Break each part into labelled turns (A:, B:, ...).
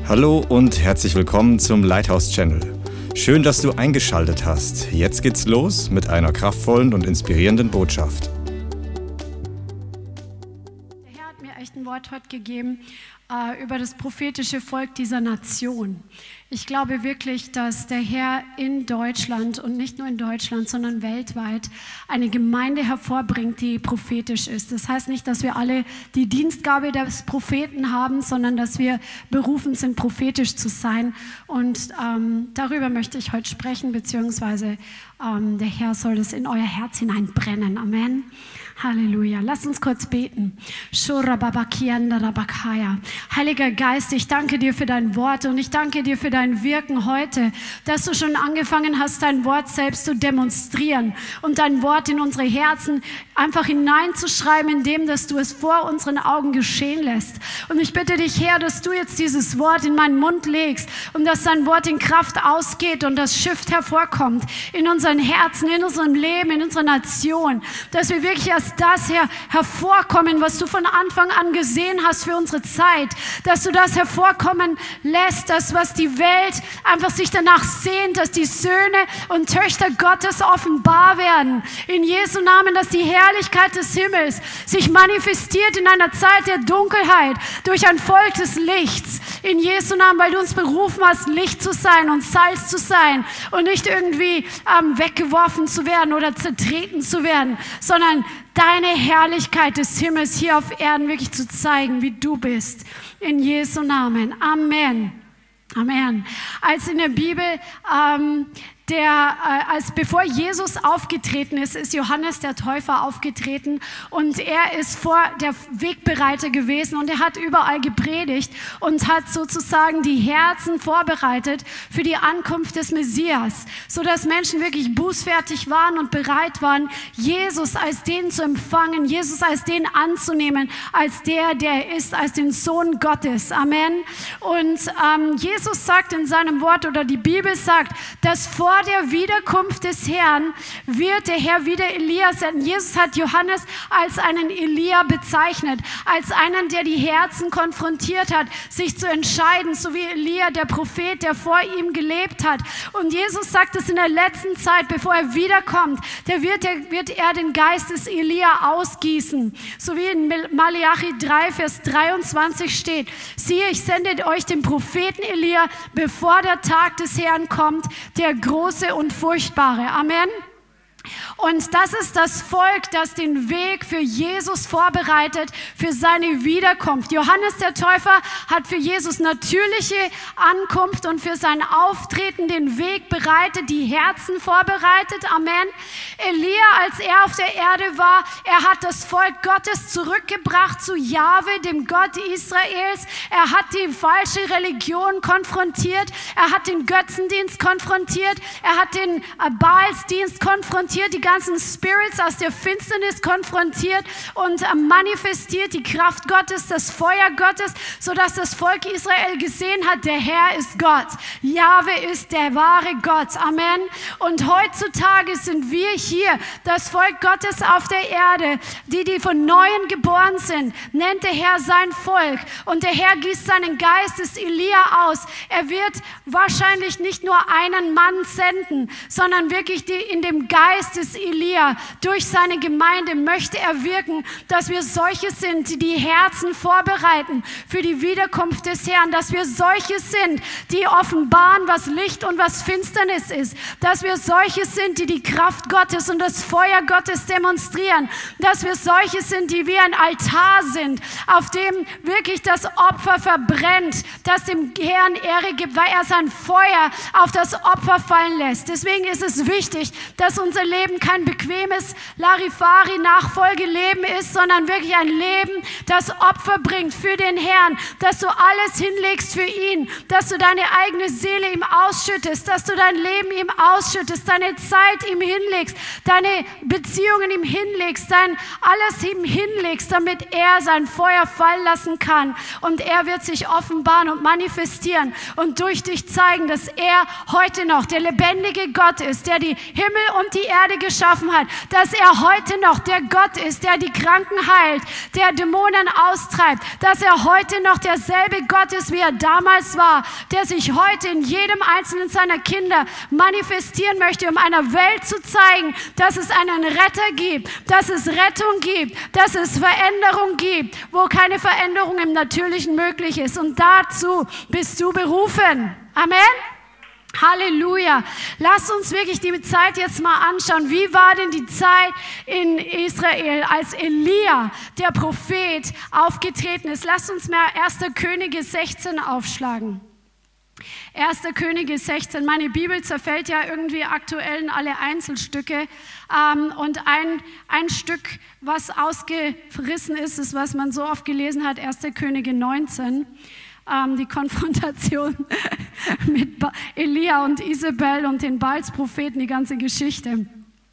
A: Hallo und herzlich willkommen zum Lighthouse Channel. Schön, dass du eingeschaltet hast. Jetzt geht's los mit einer kraftvollen und inspirierenden Botschaft.
B: Der Herr hat mir echt ein Wort heute gegeben über das prophetische Volk dieser Nation. Ich glaube wirklich, dass der Herr in Deutschland und nicht nur in Deutschland, sondern weltweit eine Gemeinde hervorbringt, die prophetisch ist. Das heißt nicht, dass wir alle die Dienstgabe des Propheten haben, sondern dass wir berufen sind, prophetisch zu sein. Und darüber möchte ich heute sprechen, beziehungsweise der Herr soll das in euer Herz hineinbrennen. Amen. Halleluja. Lasst uns kurz beten. Heiliger Geist, ich danke dir für dein Wort und ich danke dir für dein Wirken heute, dass du schon angefangen hast, dein Wort selbst zu demonstrieren und dein Wort in unsere Herzen einfach hineinzuschreiben, indem dass du es vor unseren Augen geschehen lässt. Und ich bitte dich, Herr, dass du jetzt dieses Wort in meinen Mund legst und dass dein Wort in Kraft ausgeht und das Shift hervorkommt in unseren Herzen, in unserem Leben, in unserer Nation, dass wir wirklich als das hervorkommen, was du von Anfang an gesehen hast für unsere Zeit, dass du das hervorkommen lässt, das, was die Welt einfach sich danach sehnt, dass die Söhne und Töchter Gottes offenbar werden. In Jesu Namen, dass die Herrlichkeit des Himmels sich manifestiert in einer Zeit der Dunkelheit durch ein Volk des Lichts. In Jesu Namen, weil du uns berufen hast, Licht zu sein und Salz zu sein und nicht irgendwie weggeworfen zu werden oder zertreten zu werden, sondern deine Herrlichkeit des Himmels hier auf Erden wirklich zu zeigen, wie du bist. In Jesu Namen. Amen. Amen. Als in der Bibel, bevor Jesus aufgetreten ist, ist Johannes der Täufer aufgetreten und er ist der Wegbereiter gewesen und er hat überall gepredigt und hat sozusagen die Herzen vorbereitet für die Ankunft des Messias, sodass Menschen wirklich bußfertig waren und bereit waren, Jesus als den zu empfangen, Jesus als den anzunehmen, als der er ist, als den Sohn Gottes. Amen. Und Jesus sagt in seinem Wort, oder die Bibel sagt, dass vor der Wiederkunft des Herrn wird der Herr wieder Elia senden. Jesus hat Johannes als einen Elia bezeichnet, als einen, der die Herzen konfrontiert hat, sich zu entscheiden, so wie Elia, der Prophet, der vor ihm gelebt hat. Und Jesus sagt es in der letzten Zeit, bevor er wiederkommt, wird er den Geist des Elia ausgießen. So wie in Malachi 3, Vers 23 steht: Siehe, ich sende euch den Propheten Elia, bevor der Tag des Herrn kommt, der große und furchtbare. Amen. Und das ist das Volk, das den Weg für Jesus vorbereitet, für seine Wiederkunft. Johannes der Täufer hat für Jesus natürliche Ankunft und für sein Auftreten den Weg bereitet, die Herzen vorbereitet. Amen. Elia, als er auf der Erde war, er hat das Volk Gottes zurückgebracht zu Jahwe, dem Gott Israels. Er hat die falsche Religion konfrontiert. Er hat den Götzendienst konfrontiert. Er hat den Baalsdienst konfrontiert, die ganzen Spirits aus der Finsternis konfrontiert und manifestiert die Kraft Gottes, das Feuer Gottes, sodass das Volk Israel gesehen hat, der Herr ist Gott. Jahwe ist der wahre Gott. Amen. Und heutzutage sind wir hier, das Volk Gottes auf der Erde, die von Neuem geboren sind, nennt der Herr sein Volk. Und der Herr gießt seinen Geist des Elia aus. Er wird wahrscheinlich nicht nur einen Mann senden, sondern wirklich in dem Geist des Elia, durch seine Gemeinde möchte er wirken, dass wir solche sind, die die Herzen vorbereiten für die Wiederkunft des Herrn, dass wir solche sind, die offenbaren, was Licht und was Finsternis ist, dass wir solche sind, die die Kraft Gottes und das Feuer Gottes demonstrieren, dass wir solche sind, die wie ein Altar sind, auf dem wirklich das Opfer verbrennt, das dem Herrn Ehre gibt, weil er sein Feuer auf das Opfer fallen lässt. Deswegen ist es wichtig, dass unser Leben kein bequemes Larifari-Nachfolgeleben ist, sondern wirklich ein Leben, das Opfer bringt für den Herrn, dass du alles hinlegst für ihn, dass du deine eigene Seele ihm ausschüttest, dass du dein Leben ihm ausschüttest, deine Zeit ihm hinlegst, deine Beziehungen ihm hinlegst, alles ihm hinlegst, damit er sein Feuer fallen lassen kann. Und er wird sich offenbaren und manifestieren und durch dich zeigen, dass er heute noch der lebendige Gott ist, der die Himmel und die Erde geschaffen hat, dass er heute noch der Gott ist, der die Kranken heilt, der Dämonen austreibt, dass er heute noch derselbe Gott ist, wie er damals war, der sich heute in jedem einzelnen seiner Kinder manifestieren möchte, um einer Welt zu zeigen, dass es einen Retter gibt, dass es Rettung gibt, dass es Veränderung gibt, wo keine Veränderung im Natürlichen möglich ist. Und dazu bist du berufen. Amen. Halleluja. Lass uns wirklich die Zeit jetzt mal anschauen. Wie war denn die Zeit in Israel, als Elia, der Prophet, aufgetreten ist? Lass uns mal 1. Könige 16 aufschlagen. 1. Könige 16. Meine Bibel zerfällt ja irgendwie aktuell in alle Einzelstücke. Und ein Stück, was ausgerissen ist, ist, was man so oft gelesen hat, 1. Könige 19. Die Konfrontation mit Elia und Isabel und den Baals-Propheten, die ganze Geschichte.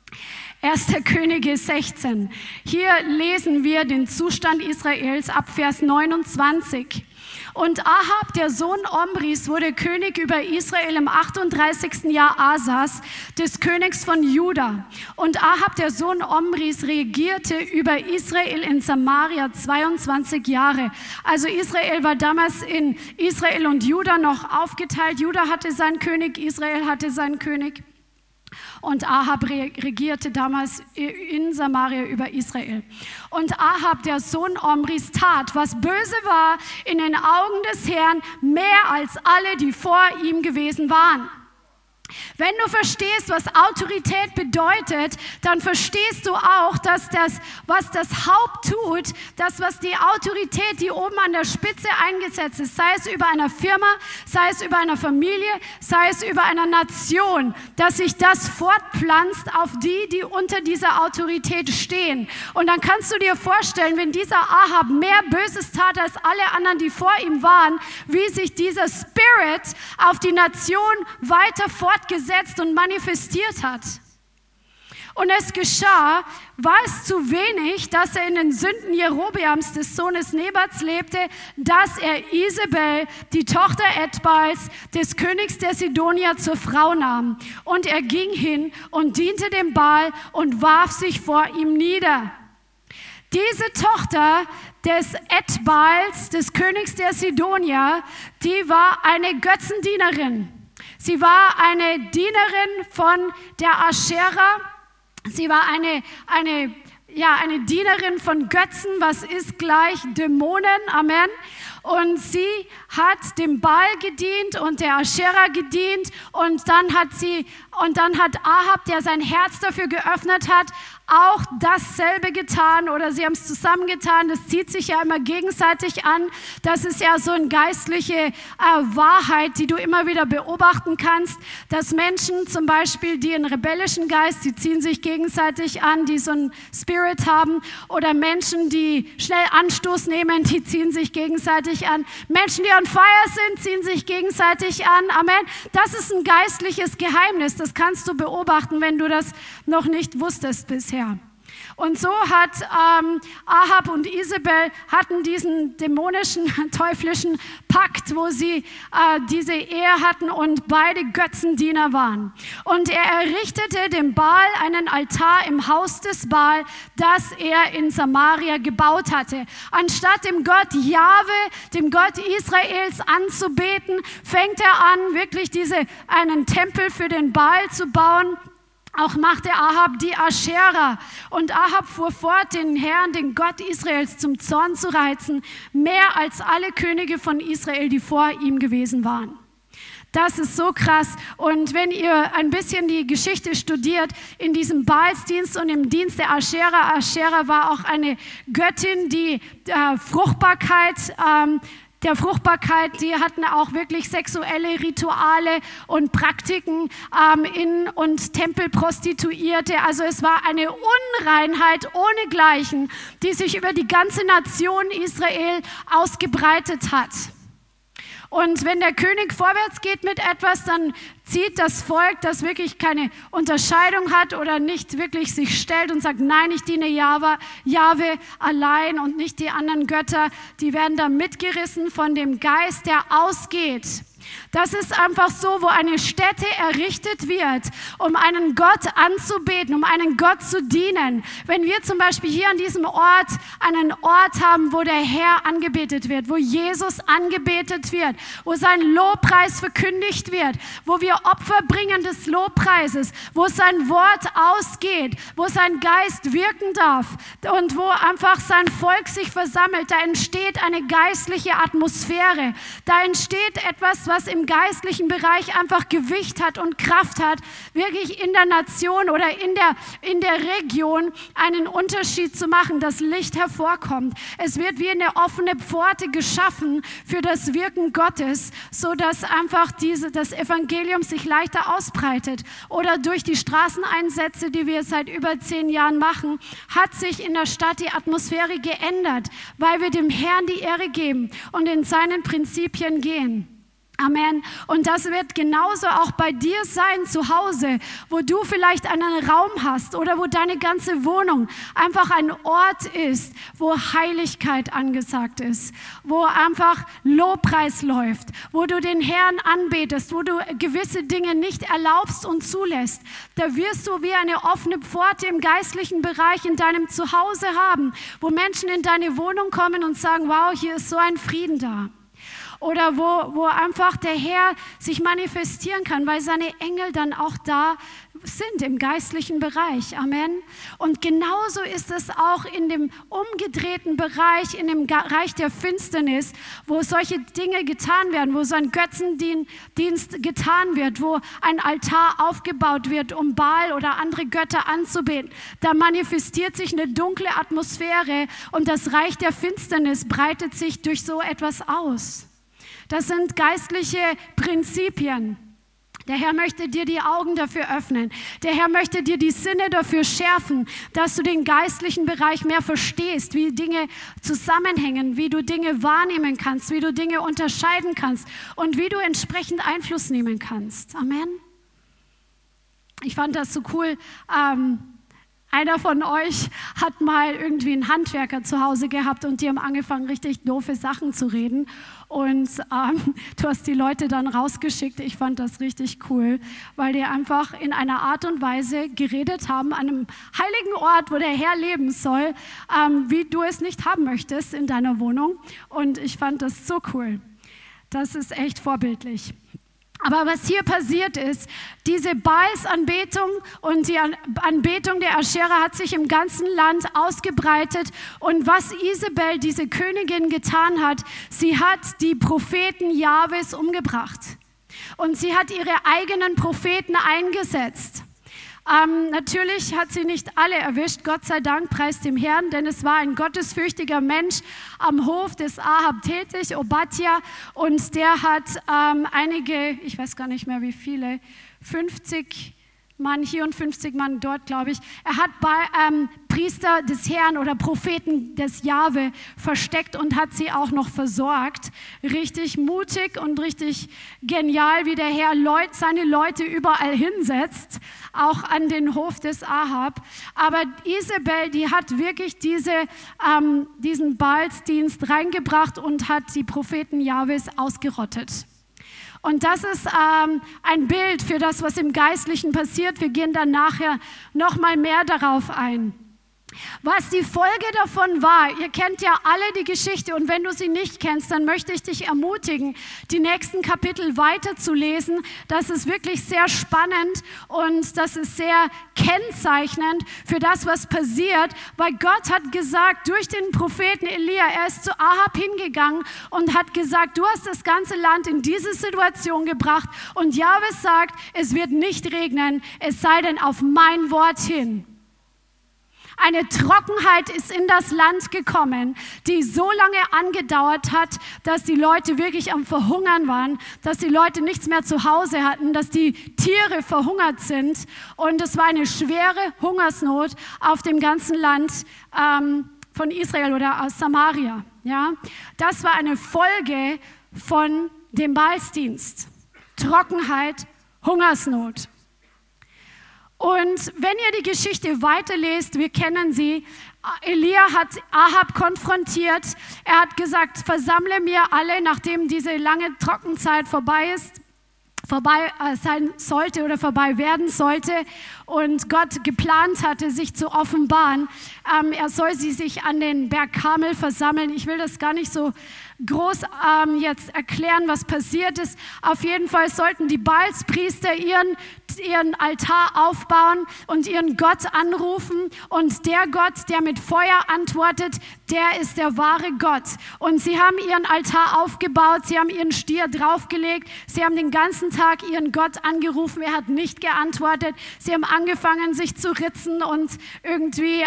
B: 1. Könige 16. Hier lesen wir den Zustand Israels ab Vers 29. Und Ahab, der Sohn Omris, wurde König über Israel im 38. Jahr Asas, des Königs von Juda. Und Ahab, der Sohn Omris, regierte über Israel in Samaria 22 Jahre. Also Israel war damals in Israel und Juda noch aufgeteilt. Juda hatte seinen König, Israel hatte seinen König. Und Ahab regierte damals in Samaria über Israel. Und Ahab, der Sohn Omris, tat, was böse war in den Augen des Herrn, mehr als alle, die vor ihm gewesen waren. Wenn du verstehst, was Autorität bedeutet, dann verstehst du auch, dass das, was das Haupt tut, das, was die Autorität, die oben an der Spitze eingesetzt ist, sei es über einer Firma, sei es über einer Familie, sei es über einer Nation, dass sich das fortpflanzt auf die, die unter dieser Autorität stehen. Und dann kannst du dir vorstellen, wenn dieser Ahab mehr Böses tat als alle anderen, die vor ihm waren, wie sich dieser Spirit auf die Nation weiter fortgesetzt und manifestiert hat. Und es geschah, war es zu wenig, dass er in den Sünden Jerobeams, des Sohnes Nebats, lebte, dass er Isabel, die Tochter Etbals, des Königs der Sidonier, zur Frau nahm. Und er ging hin und diente dem Baal und warf sich vor ihm nieder. Diese Tochter des Etbals, des Königs der Sidonier, die war eine Götzendienerin. Sie war eine Dienerin von der Aschera. Sie war eine Dienerin von Götzen, was ist gleich Dämonen, Amen. Und sie hat dem Baal gedient und der Aschera gedient und dann hat Ahab, der sein Herz dafür geöffnet hat, auch dasselbe getan oder sie haben es zusammengetan. Das zieht sich ja immer gegenseitig an. Das ist ja so eine geistliche Wahrheit, die du immer wieder beobachten kannst, dass Menschen zum Beispiel, die einen rebellischen Geist, die ziehen sich gegenseitig an, die so einen Spirit haben, oder Menschen, die schnell Anstoß nehmen, die ziehen sich gegenseitig an. Menschen, die on fire sind, ziehen sich gegenseitig an. Amen. Das ist ein geistliches Geheimnis. Das kannst du beobachten, wenn du das noch nicht wusstest bisher. Und so hat Ahab und Isabel hatten diesen dämonischen, teuflischen Pakt, wo sie diese Ehe hatten und beide Götzendiener waren. Und er errichtete dem Baal einen Altar im Haus des Baal, das er in Samaria gebaut hatte. Anstatt dem Gott Jahwe, dem Gott Israels anzubeten, fängt er an, wirklich einen Tempel für den Baal zu bauen. Auch machte Ahab die Aschera. Und Ahab fuhr fort, den Herrn, den Gott Israels, zum Zorn zu reizen, mehr als alle Könige von Israel, die vor ihm gewesen waren. Das ist so krass. Und wenn ihr ein bisschen die Geschichte studiert, in diesem Baalsdienst und im Dienst der Aschera, Aschera war auch eine Göttin, die die hatten auch wirklich sexuelle Rituale und Praktiken und Tempelprostituierte. Also es war eine Unreinheit ohnegleichen, die sich über die ganze Nation Israel ausgebreitet hat. Und wenn der König vorwärts geht mit etwas, dann zieht das Volk, das wirklich keine Unterscheidung hat oder nicht wirklich sich stellt und sagt, nein, ich diene Jahwe allein und nicht die anderen Götter, die werden da mitgerissen von dem Geist, der ausgeht. Das ist einfach so, wo eine Stätte errichtet wird, um einen Gott anzubeten, um einen Gott zu dienen. Wenn wir zum Beispiel hier an diesem Ort einen Ort haben, wo der Herr angebetet wird, wo Jesus angebetet wird, wo sein Lobpreis verkündigt wird, wo wir Opfer bringen des Lobpreises, wo sein Wort ausgeht, wo sein Geist wirken darf und wo einfach sein Volk sich versammelt, da entsteht eine geistliche Atmosphäre. Da entsteht etwas, was im geistlichen Bereich einfach Gewicht hat und Kraft hat, wirklich in der Nation oder in der Region einen Unterschied zu machen, dass Licht hervorkommt. Es wird wie eine offene Pforte geschaffen für das Wirken Gottes, sodass einfach das Evangelium sich leichter ausbreitet. Oder durch die Straßeneinsätze, die wir seit über 10 Jahren machen, hat sich in der Stadt die Atmosphäre geändert, weil wir dem Herrn die Ehre geben und in seinen Prinzipien gehen. Amen. Und das wird genauso auch bei dir sein zu Hause, wo du vielleicht einen Raum hast oder wo deine ganze Wohnung einfach ein Ort ist, wo Heiligkeit angesagt ist, wo einfach Lobpreis läuft, wo du den Herrn anbetest, wo du gewisse Dinge nicht erlaubst und zulässt. Da wirst du wie eine offene Pforte im geistlichen Bereich in deinem Zuhause haben, wo Menschen in deine Wohnung kommen und sagen, wow, hier ist so ein Frieden da. Oder wo einfach der Herr sich manifestieren kann, weil seine Engel dann auch da sind im geistlichen Bereich. Amen. Und genauso ist es auch in dem umgedrehten Bereich, in dem Reich der Finsternis, wo solche Dinge getan werden, wo so ein Götzendienst getan wird, wo ein Altar aufgebaut wird, um Baal oder andere Götter anzubeten. Da manifestiert sich eine dunkle Atmosphäre und das Reich der Finsternis breitet sich durch so etwas aus. Das sind geistliche Prinzipien. Der Herr möchte dir die Augen dafür öffnen. Der Herr möchte dir die Sinne dafür schärfen, dass du den geistlichen Bereich mehr verstehst, wie Dinge zusammenhängen, wie du Dinge wahrnehmen kannst, wie du Dinge unterscheiden kannst und wie du entsprechend Einfluss nehmen kannst. Amen. Ich fand das so cool. Einer von euch hat mal irgendwie einen Handwerker zu Hause gehabt und die haben angefangen, richtig doofe Sachen zu reden. Und du hast die Leute dann rausgeschickt. Ich fand das richtig cool, weil die einfach in einer Art und Weise geredet haben, an einem heiligen Ort, wo der Herr leben soll, wie du es nicht haben möchtest in deiner Wohnung. Und ich fand das so cool. Das ist echt vorbildlich. Aber was hier passiert ist, diese Baalsanbetung und die Anbetung der Aschera hat sich im ganzen Land ausgebreitet. Und was Isabel, diese Königin, getan hat, sie hat die Propheten Jahwes umgebracht. Und sie hat ihre eigenen Propheten eingesetzt. Natürlich hat sie nicht alle erwischt, Gott sei Dank, preis dem Herrn, denn es war ein gottesfürchtiger Mensch am Hof des Ahab tätig, Obadja, und der hat einige, ich weiß gar nicht mehr wie viele, 50 Mann hier und 50 Mann dort, glaube ich. Er hat Priester des Herrn oder Propheten des Jahwe versteckt und hat sie auch noch versorgt. Richtig mutig und richtig genial, wie der Herr seine Leute überall hinsetzt, auch an den Hof des Ahab. Aber Isabel, die hat wirklich diesen Baalsdienst reingebracht und hat die Propheten Jahwes ausgerottet. Und das ist ein Bild für das, was im Geistlichen passiert. Wir gehen dann nachher noch mal mehr darauf ein. Was die Folge davon war, ihr kennt ja alle die Geschichte und wenn du sie nicht kennst, dann möchte ich dich ermutigen, die nächsten Kapitel weiterzulesen. Das ist wirklich sehr spannend und das ist sehr kennzeichnend für das, was passiert, weil Gott hat gesagt, durch den Propheten Elia, er ist zu Ahab hingegangen und hat gesagt, du hast das ganze Land in diese Situation gebracht und Jahwe sagt, es wird nicht regnen, es sei denn auf mein Wort hin. Eine Trockenheit ist in das Land gekommen, die so lange angedauert hat, dass die Leute wirklich am Verhungern waren, dass die Leute nichts mehr zu Hause hatten, dass die Tiere verhungert sind. Und es war eine schwere Hungersnot auf dem ganzen Land von Israel oder aus Samaria. Ja? Das war eine Folge von dem Baalsdienst. Trockenheit, Hungersnot. Und wenn ihr die Geschichte weiterlest, wir kennen sie, Elia hat Ahab konfrontiert. Er hat gesagt, versammle mir alle, nachdem diese lange Trockenzeit vorbei sein sollte oder vorbei werden sollte und Gott geplant hatte, sich zu offenbaren. Er soll sie sich an den Berg Karmel versammeln. Ich will das gar nicht so groß jetzt erklären, was passiert ist. Auf jeden Fall sollten die Baalspriester ihren Altar aufbauen und ihren Gott anrufen. Und der Gott, der mit Feuer antwortet, der ist der wahre Gott. Und sie haben ihren Altar aufgebaut, sie haben ihren Stier draufgelegt, sie haben den ganzen Tag ihren Gott angerufen, er hat nicht geantwortet. Sie haben angefangen, sich zu ritzen und irgendwie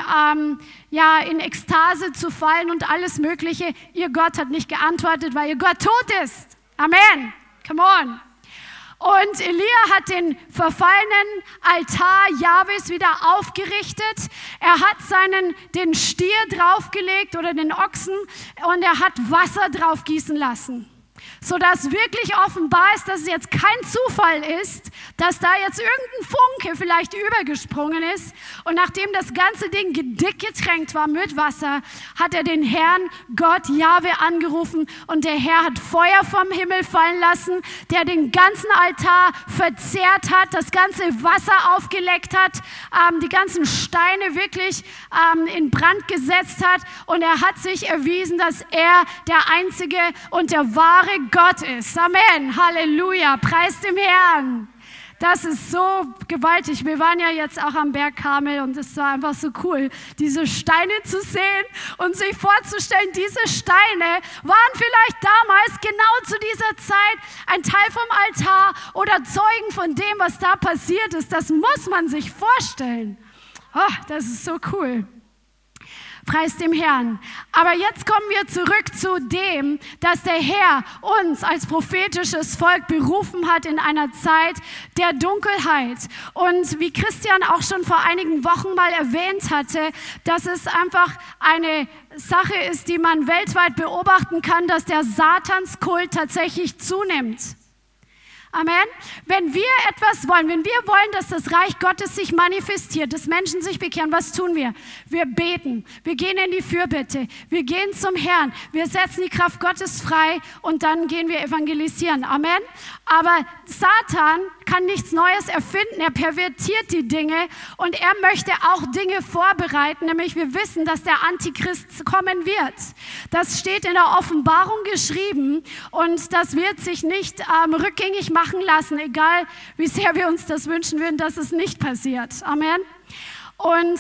B: in Ekstase zu fallen und alles Mögliche. Ihr Gott hat nicht geantwortet, weil ihr Gott tot ist. Amen. Come on. Und Elia hat den verfallenen Altar Jahwes wieder aufgerichtet. Er hat den Stier draufgelegt oder den Ochsen und er hat Wasser drauf gießen lassen. Sodass wirklich offenbar ist, dass es jetzt kein Zufall ist, dass da jetzt irgendein Funke vielleicht übergesprungen ist. Und nachdem das ganze Ding dick getränkt war mit Wasser, hat er den Herrn Gott Jahwe angerufen und der Herr hat Feuer vom Himmel fallen lassen, der den ganzen Altar verzehrt hat, das ganze Wasser aufgeleckt hat, die ganzen Steine wirklich in Brand gesetzt hat und er hat sich erwiesen, dass er der einzige und der wahre Gott ist. Amen. Halleluja. Preis dem Herrn. Das ist so gewaltig. Wir waren ja jetzt auch am Berg Karmel und es war einfach so cool, diese Steine zu sehen und sich vorzustellen, diese Steine waren vielleicht damals genau zu dieser Zeit ein Teil vom Altar oder Zeugen von dem, was da passiert ist. Das muss man sich vorstellen. Oh, das ist so cool. Preis dem Herrn. Aber jetzt kommen wir zurück zu dem, dass der Herr uns als prophetisches Volk berufen hat in einer Zeit der Dunkelheit. Und wie Christian auch schon vor einigen Wochen mal erwähnt hatte, dass es einfach eine Sache ist, die man weltweit beobachten kann, dass der Satanskult tatsächlich zunimmt. Amen. Wenn wir etwas wollen, wenn wir wollen, dass das Reich Gottes sich manifestiert, dass Menschen sich bekehren, was tun wir? Wir beten, wir gehen in die Fürbitte, wir gehen zum Herrn, wir setzen die Kraft Gottes frei und dann gehen wir evangelisieren. Amen. Aber Satan kann nichts Neues erfinden, er pervertiert die Dinge und er möchte auch Dinge vorbereiten, nämlich wir wissen, dass der Antichrist kommen wird. Das steht in der Offenbarung geschrieben und das wird sich nicht rückgängig machen lassen, egal wie sehr wir uns das wünschen würden, dass es nicht passiert. Amen. Und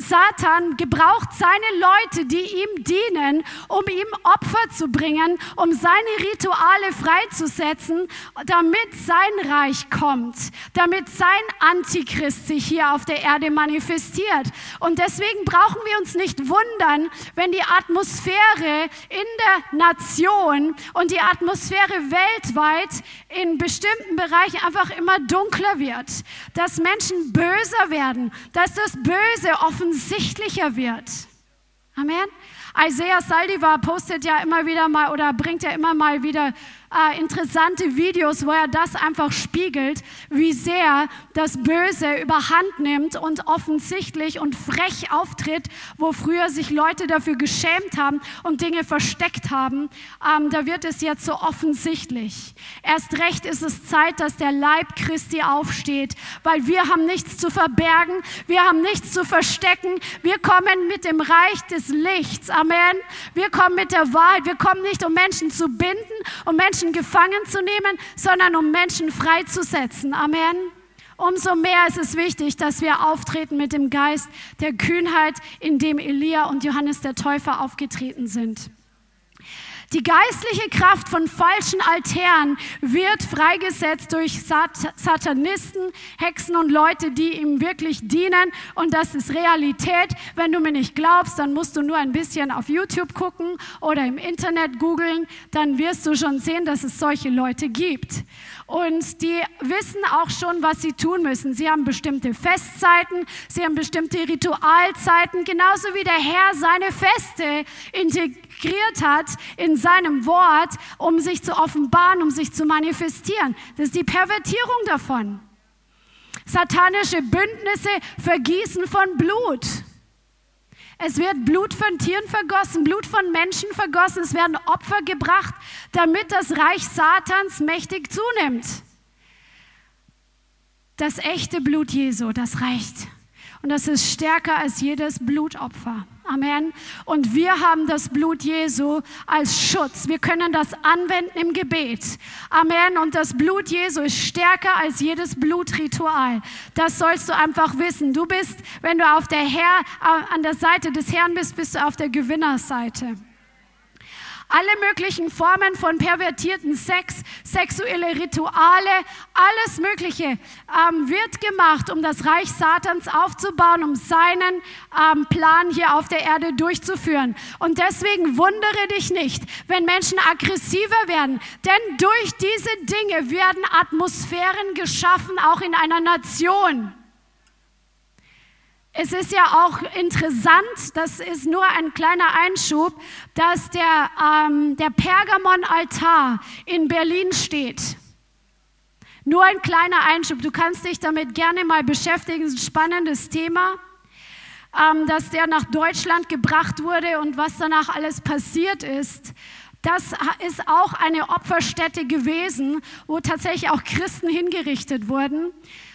B: Satan gebraucht seine Leute, die ihm dienen, um ihm Opfer zu bringen, um seine Rituale freizusetzen, damit sein Reich kommt, damit sein Antichrist sich hier auf der Erde manifestiert. Und deswegen brauchen wir uns nicht wundern, wenn die Atmosphäre in der Nation und die Atmosphäre weltweit in bestimmten Bereichen einfach immer dunkler wird, dass Menschen böser werden, dass das Böse offensichtlicher wird. Amen. Isaiah Saldivar postet ja immer wieder mal oder bringt ja immer mal wieder interessante Videos, wo er das einfach spiegelt, wie sehr das Böse überhand nimmt und offensichtlich und frech auftritt, wo früher sich Leute dafür geschämt haben und Dinge versteckt haben. Da wird es jetzt so offensichtlich. Erst recht ist es Zeit, dass der Leib Christi aufsteht, weil wir haben nichts zu verbergen, wir haben nichts zu verstecken. Wir kommen mit dem Reich des Lichts. Amen. Wir kommen mit der Wahrheit. Wir kommen nicht, um Menschen zu binden, um Menschen gefangen zu nehmen, sondern um Menschen freizusetzen. Amen. Umso mehr ist es wichtig, dass wir auftreten mit dem Geist der Kühnheit, in dem Elia und Johannes der Täufer aufgetreten sind. Die geistliche Kraft von falschen Altären wird freigesetzt durch Satanisten, Hexen und Leute, die ihm wirklich dienen. Und das ist Realität. Wenn du mir nicht glaubst, dann musst du nur ein bisschen auf YouTube gucken oder im Internet googeln. Dann wirst du schon sehen, dass es solche Leute gibt. Und die wissen auch schon, was sie tun müssen. Sie haben bestimmte Festzeiten, sie haben bestimmte Ritualzeiten, genauso wie der Herr seine Feste integriert hat in seinem Wort, um sich zu offenbaren, um sich zu manifestieren. Das ist die Pervertierung davon. Satanische Bündnisse, Vergießen von Blut. Es wird Blut von Tieren vergossen, Blut von Menschen vergossen. Es werden Opfer gebracht, damit das Reich Satans mächtig zunimmt. Das echte Blut Jesu, das reicht. Und das ist stärker als jedes Blutopfer. Amen. Und wir haben das Blut Jesu als Schutz. Wir können das anwenden im Gebet. Amen. Und das Blut Jesu ist stärker als jedes Blutritual. Das sollst du einfach wissen. Du bist, wenn du an der Seite des Herrn bist, bist du auf der Gewinnerseite. Alle möglichen Formen von pervertierten Sex, sexuelle Rituale, alles Mögliche wird gemacht, um das Reich Satans aufzubauen, um seinen Plan hier auf der Erde durchzuführen. Und deswegen wundere dich nicht, wenn Menschen aggressiver werden, denn durch diese Dinge werden Atmosphären geschaffen, auch in einer Nation. Es ist ja auch interessant, das ist nur ein kleiner Einschub, dass der Pergamon-Altar in Berlin steht. Nur ein kleiner Einschub, du kannst dich damit gerne mal beschäftigen, es ist ein spannendes Thema, dass der nach Deutschland gebracht wurde und was danach alles passiert ist. Das ist auch eine Opferstätte gewesen, wo tatsächlich auch Christen hingerichtet wurden.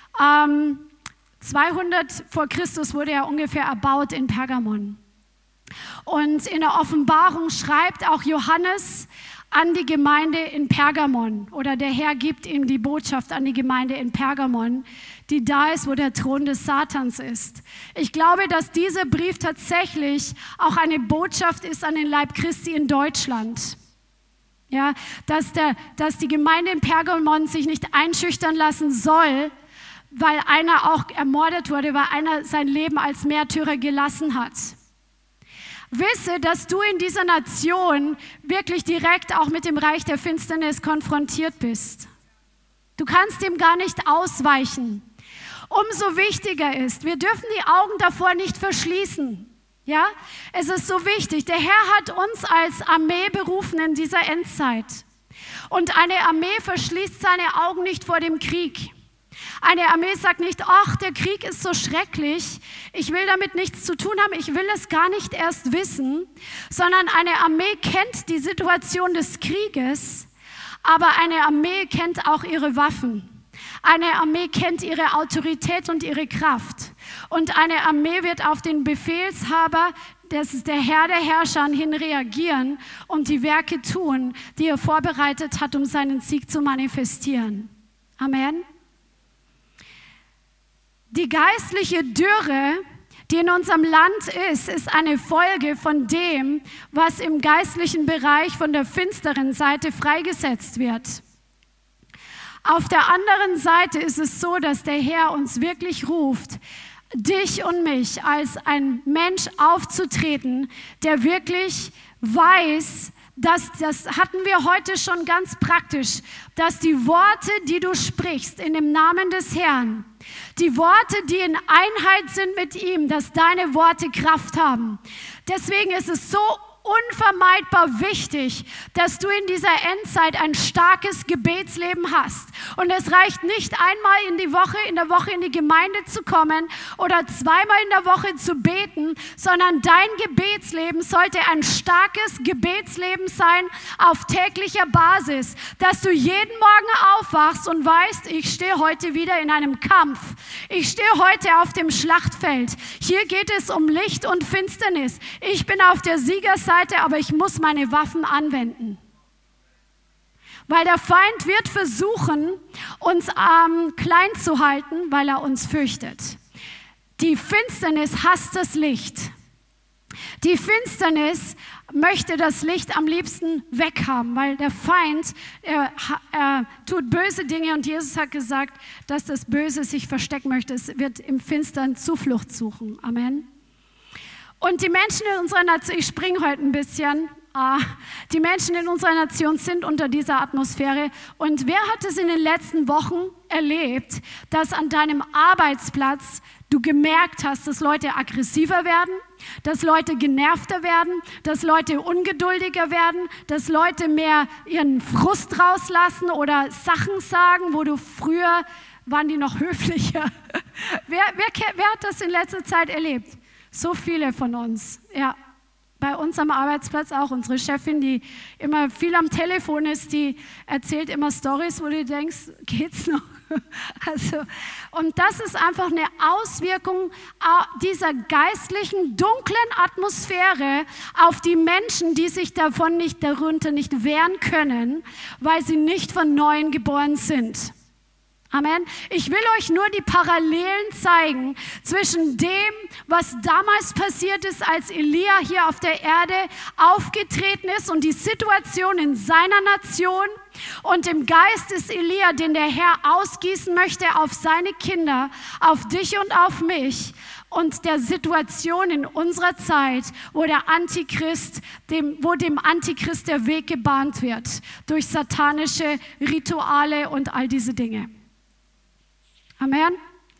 B: 200 vor Christus wurde er ungefähr erbaut in Pergamon. Und in der Offenbarung schreibt auch Johannes an die Gemeinde in Pergamon, oder der Herr gibt ihm die Botschaft an die Gemeinde in Pergamon, die da ist, wo der Thron des Satans ist. Ich glaube, dass dieser Brief tatsächlich auch eine Botschaft ist an den Leib Christi in Deutschland. Ja, dass die Gemeinde in Pergamon sich nicht einschüchtern lassen soll, weil einer auch ermordet wurde, weil einer sein Leben als Märtyrer gelassen hat. Wisse, dass du in dieser Nation wirklich direkt auch mit dem Reich der Finsternis konfrontiert bist. Du kannst dem gar nicht ausweichen. Umso wichtiger ist, wir dürfen die Augen davor nicht verschließen. Ja? Es ist so wichtig. Der Herr hat uns als Armee berufen in dieser Endzeit. Und eine Armee verschließt seine Augen nicht vor dem Krieg. Eine Armee sagt nicht, ach, der Krieg ist so schrecklich, ich will damit nichts zu tun haben, ich will es gar nicht erst wissen, sondern eine Armee kennt die Situation des Krieges, aber eine Armee kennt auch ihre Waffen. Eine Armee kennt ihre Autorität und ihre Kraft. Und eine Armee wird auf den Befehlshaber, das ist der Herr der Herrscher, hin reagieren und die Werke tun, die er vorbereitet hat, um seinen Sieg zu manifestieren. Amen. Die geistliche Dürre, die in unserem Land ist eine Folge von dem, was im geistlichen Bereich von der finsteren Seite freigesetzt wird. Auf der anderen Seite ist es so, dass der Herr uns wirklich ruft, dich und mich als ein Mensch aufzutreten, der wirklich weiß, das hatten wir heute schon ganz praktisch, dass die Worte, die du sprichst in dem Namen des Herrn, die Worte, die in Einheit sind mit ihm, dass deine Worte Kraft haben. Deswegen ist es so unvermeidbar wichtig, dass du in dieser Endzeit ein starkes Gebetsleben hast. Und es reicht nicht einmal in der Woche in die Gemeinde zu kommen oder zweimal in der Woche zu beten, sondern dein Gebetsleben sollte ein starkes Gebetsleben sein auf täglicher Basis, dass du jeden Morgen aufwachst und weißt, ich stehe heute wieder in einem Kampf. Ich stehe heute auf dem Schlachtfeld. Hier geht es um Licht und Finsternis. Ich bin auf der Siegerseite, aber ich muss meine Waffen anwenden. Weil der Feind wird versuchen, uns klein zu halten, weil er uns fürchtet. Die Finsternis hasst das Licht. Die Finsternis möchte das Licht am liebsten weghaben, weil der Feind er tut böse Dinge und Jesus hat gesagt, dass das Böse sich verstecken möchte. Es wird im Finstern Zuflucht suchen. Amen. Und die Menschen in unserer Nation, ich springe heute ein bisschen, die Menschen in unserer Nation sind unter dieser Atmosphäre. Und wer hat es in den letzten Wochen erlebt, dass an deinem Arbeitsplatz du gemerkt hast, dass Leute aggressiver werden, dass Leute genervter werden, dass Leute ungeduldiger werden, dass Leute mehr ihren Frust rauslassen oder Sachen sagen, wo du früher waren die noch höflicher. Wer hat das in letzter Zeit erlebt? So viele von uns, ja. Bei uns am Arbeitsplatz auch. Unsere Chefin, die immer viel am Telefon ist, die erzählt immer Storys, wo du denkst, geht's noch? Also, und das ist einfach eine Auswirkung dieser geistlichen, dunklen Atmosphäre auf die Menschen, die sich darunter nicht wehren können, weil sie nicht von Neuem geboren sind. Amen. Ich will euch nur die Parallelen zeigen zwischen dem, was damals passiert ist, als Elia hier auf der Erde aufgetreten ist und die Situation in seiner Nation und dem Geist des Elia, den der Herr ausgießen möchte auf seine Kinder, auf dich und auf mich und der Situation in unserer Zeit, wo dem Antichrist der Weg gebahnt wird durch satanische Rituale und all diese Dinge. Amen.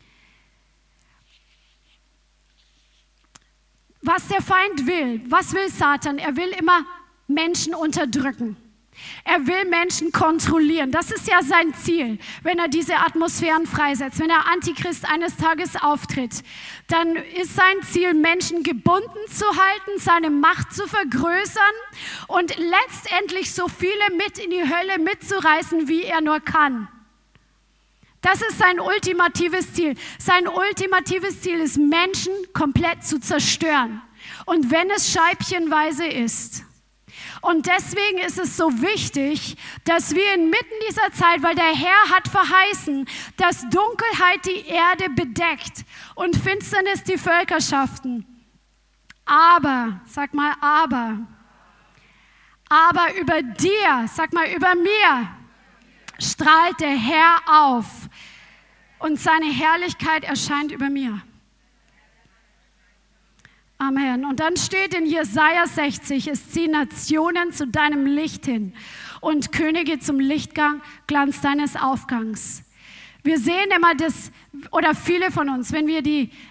B: Was der Feind will, was will Satan? Er will immer Menschen unterdrücken. Er will Menschen kontrollieren. Das ist ja sein Ziel, wenn er diese Atmosphären freisetzt. Wenn der Antichrist eines Tages auftritt, dann ist sein Ziel, Menschen gebunden zu halten, seine Macht zu vergrößern und letztendlich so viele mit in die Hölle mitzureißen, wie er nur kann. Das ist sein ultimatives Ziel. Sein ultimatives Ziel ist, Menschen komplett zu zerstören. Und wenn es scheibchenweise ist. Und deswegen ist es so wichtig, dass wir inmitten dieser Zeit, weil der Herr hat verheißen, dass Dunkelheit die Erde bedeckt und Finsternis die Völkerschaften. Aber, sag mal aber über dir, sag mal über mir, strahlt der Herr auf und seine Herrlichkeit erscheint über mir. Amen. Und dann steht in Jesaja 60, es ziehen Nationen zu deinem Licht hin und Könige zum Lichtglanz deines Aufgangs. Wir sehen immer das, oder viele von uns, wenn wir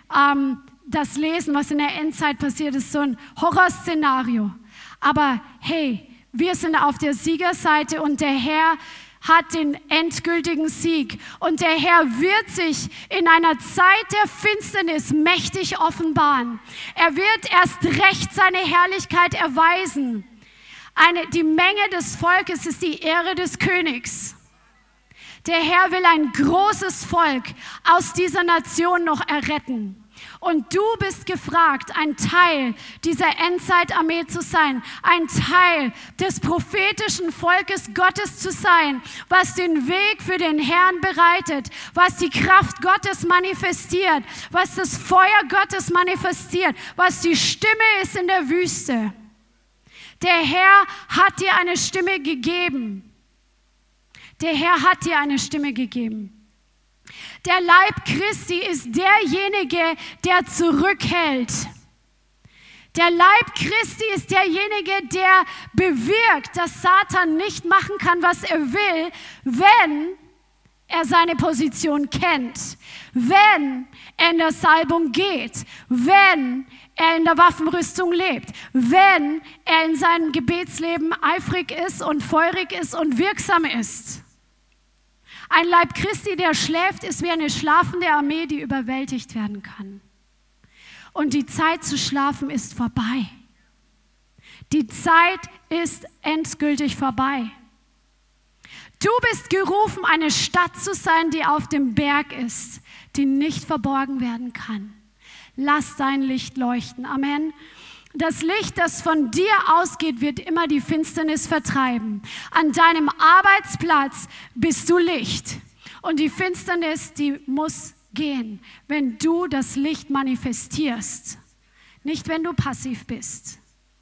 B: das lesen, was in der Endzeit passiert ist, so ein Horrorszenario. Aber hey, wir sind auf der Siegerseite und der Herr hat den endgültigen Sieg. Und der Herr wird sich in einer Zeit der Finsternis mächtig offenbaren. Er wird erst recht seine Herrlichkeit erweisen. Die Menge des Volkes ist die Ehre des Königs. Der Herr will ein großes Volk aus dieser Nation noch erretten. Und du bist gefragt, ein Teil dieser Endzeitarmee zu sein, ein Teil des prophetischen Volkes Gottes zu sein, was den Weg für den Herrn bereitet, was die Kraft Gottes manifestiert, was das Feuer Gottes manifestiert, was die Stimme ist in der Wüste. Der Herr hat dir eine Stimme gegeben. Der Herr hat dir eine Stimme gegeben. Der Leib Christi ist derjenige, der zurückhält. Der Leib Christi ist derjenige, der bewirkt, dass Satan nicht machen kann, was er will, wenn er seine Position kennt, wenn er in der Salbung geht, wenn er in der Waffenrüstung lebt, wenn er in seinem Gebetsleben eifrig ist und feurig ist und wirksam ist. Ein Leib Christi, der schläft, ist wie eine schlafende Armee, die überwältigt werden kann. Und die Zeit zu schlafen ist vorbei. Die Zeit ist endgültig vorbei. Du bist gerufen, eine Stadt zu sein, die auf dem Berg ist, die nicht verborgen werden kann. Lass dein Licht leuchten. Amen. Das Licht, das von dir ausgeht, wird immer die Finsternis vertreiben. An deinem Arbeitsplatz bist du Licht. Und die Finsternis, die muss gehen, wenn du das Licht manifestierst. Nicht, wenn du passiv bist.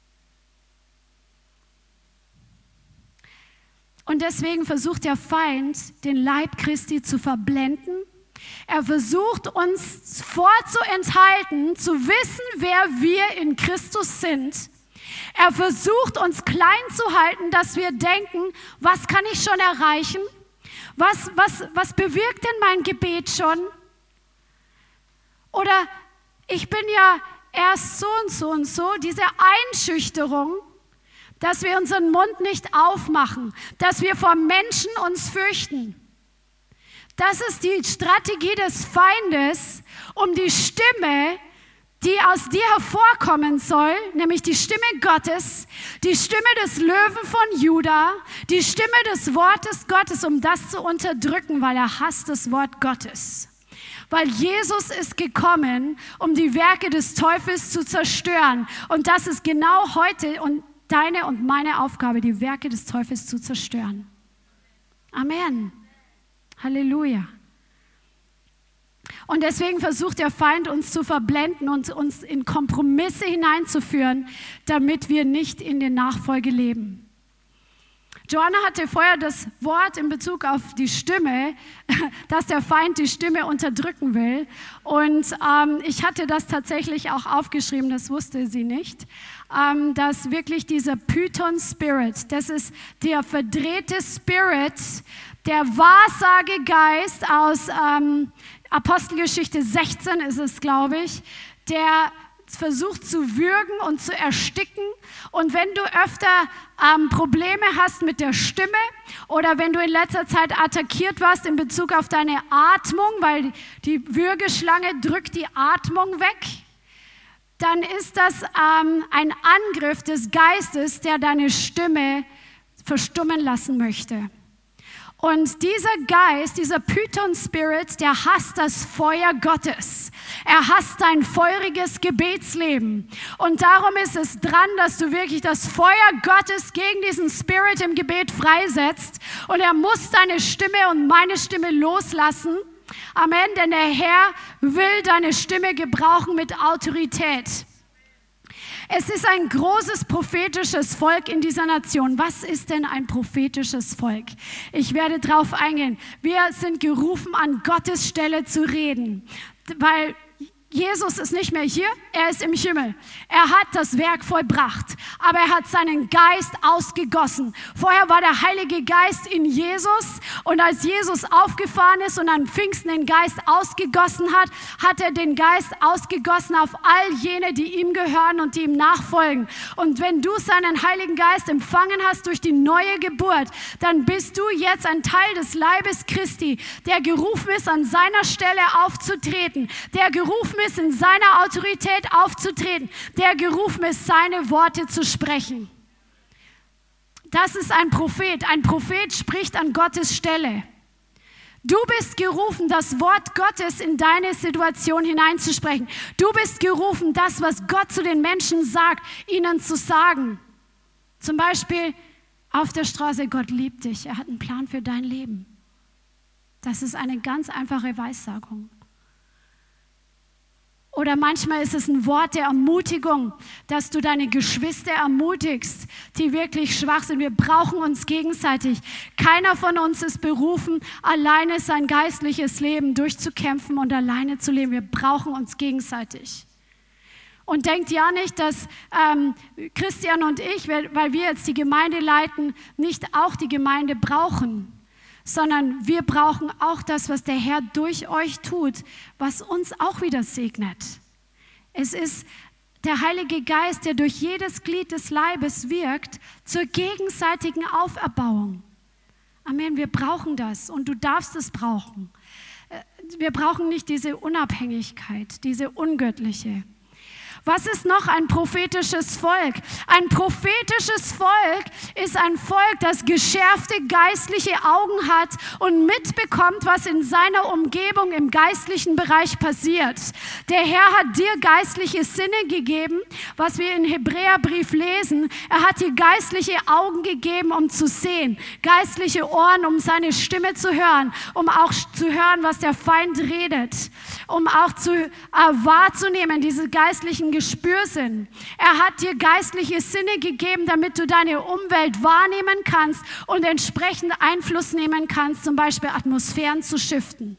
B: Und deswegen versucht der Feind, den Leib Christi zu verblenden. Er versucht uns vorzuenthalten, zu wissen, wer wir in Christus sind. Er versucht uns klein zu halten, dass wir denken, was kann ich schon erreichen? Was bewirkt denn mein Gebet schon? Oder ich bin ja erst so und so und so. Diese Einschüchterung, dass wir unseren Mund nicht aufmachen, dass wir vor Menschen uns fürchten. Das ist die Strategie des Feindes, um die Stimme, die aus dir hervorkommen soll, nämlich die Stimme Gottes, die Stimme des Löwen von Juda, die Stimme des Wortes Gottes, um das zu unterdrücken, weil er hasst das Wort Gottes. Weil Jesus ist gekommen, um die Werke des Teufels zu zerstören. Und das ist genau heute und deine und meine Aufgabe, die Werke des Teufels zu zerstören. Amen. Halleluja. Und deswegen versucht der Feind, uns zu verblenden und uns in Kompromisse hineinzuführen, damit wir nicht in der Nachfolge leben. Joanna hatte vorher das Wort in Bezug auf die Stimme, dass der Feind die Stimme unterdrücken will. Und ich hatte das tatsächlich auch aufgeschrieben, das wusste sie nicht, dass wirklich dieser Python-Spirit, das ist der verdrehte Spirit, der Wahrsagegeist aus Apostelgeschichte 16 ist es, glaube ich, der versucht zu würgen und zu ersticken. Und wenn du öfter Probleme hast mit der Stimme oder wenn du in letzter Zeit attackiert warst in Bezug auf deine Atmung, weil die Würgeschlange drückt die Atmung weg, dann ist das ein Angriff des Geistes, der deine Stimme verstummen lassen möchte. Und dieser Geist, dieser Python-Spirit, der hasst das Feuer Gottes. Er hasst dein feuriges Gebetsleben. Und darum ist es dran, dass du wirklich das Feuer Gottes gegen diesen Spirit im Gebet freisetzt. Und er muss deine Stimme und meine Stimme loslassen. Amen, denn der Herr will deine Stimme gebrauchen mit Autorität. Es ist ein großes prophetisches Volk in dieser Nation. Was ist denn ein prophetisches Volk? Ich werde darauf eingehen. Wir sind gerufen, an Gottes Stelle zu reden, weil Jesus ist nicht mehr hier, er ist im Himmel. Er hat das Werk vollbracht, aber er hat seinen Geist ausgegossen. Vorher war der Heilige Geist in Jesus und als Jesus aufgefahren ist und an Pfingsten den Geist ausgegossen hat, hat er den Geist ausgegossen auf all jene, die ihm gehören und die ihm nachfolgen. Und wenn du seinen Heiligen Geist empfangen hast durch die neue Geburt, dann bist du jetzt ein Teil des Leibes Christi, der gerufen ist, an seiner Stelle aufzutreten, der gerufen ist, in seiner Autorität aufzutreten, der gerufen ist, seine Worte zu sprechen. Das ist ein Prophet. Ein Prophet spricht an Gottes Stelle. Du bist gerufen, das Wort Gottes in deine Situation hineinzusprechen. Du bist gerufen, das, was Gott zu den Menschen sagt, ihnen zu sagen. Zum Beispiel auf der Straße, Gott liebt dich, er hat einen Plan für dein Leben. Das ist eine ganz einfache Weissagung. Oder manchmal ist es ein Wort der Ermutigung, dass du deine Geschwister ermutigst, die wirklich schwach sind. Wir brauchen uns gegenseitig. Keiner von uns ist berufen, alleine sein geistliches Leben durchzukämpfen und alleine zu leben. Wir brauchen uns gegenseitig. Und denkt ja nicht, dass Christian und ich, weil wir jetzt die Gemeinde leiten, nicht auch die Gemeinde brauchen. Sondern wir brauchen auch das, was der Herr durch euch tut, was uns auch wieder segnet. Es ist der Heilige Geist, der durch jedes Glied des Leibes wirkt, zur gegenseitigen Auferbauung. Amen, wir brauchen das und du darfst es brauchen. Wir brauchen nicht diese Unabhängigkeit, diese ungöttliche. Was ist noch ein prophetisches Volk? Ein prophetisches Volk ist ein Volk, das geschärfte geistliche Augen hat und mitbekommt, was in seiner Umgebung im geistlichen Bereich passiert. Der Herr hat dir geistliche Sinne gegeben, was wir im Hebräerbrief lesen. Er hat dir geistliche Augen gegeben, um zu sehen, geistliche Ohren, um seine Stimme zu hören, um auch zu hören, was der Feind redet, um auch wahrzunehmen, diese geistlichen Gespürsinn. Er hat dir geistliche Sinne gegeben, damit du deine Umwelt wahrnehmen kannst und entsprechend Einfluss nehmen kannst, zum Beispiel Atmosphären zu shiften.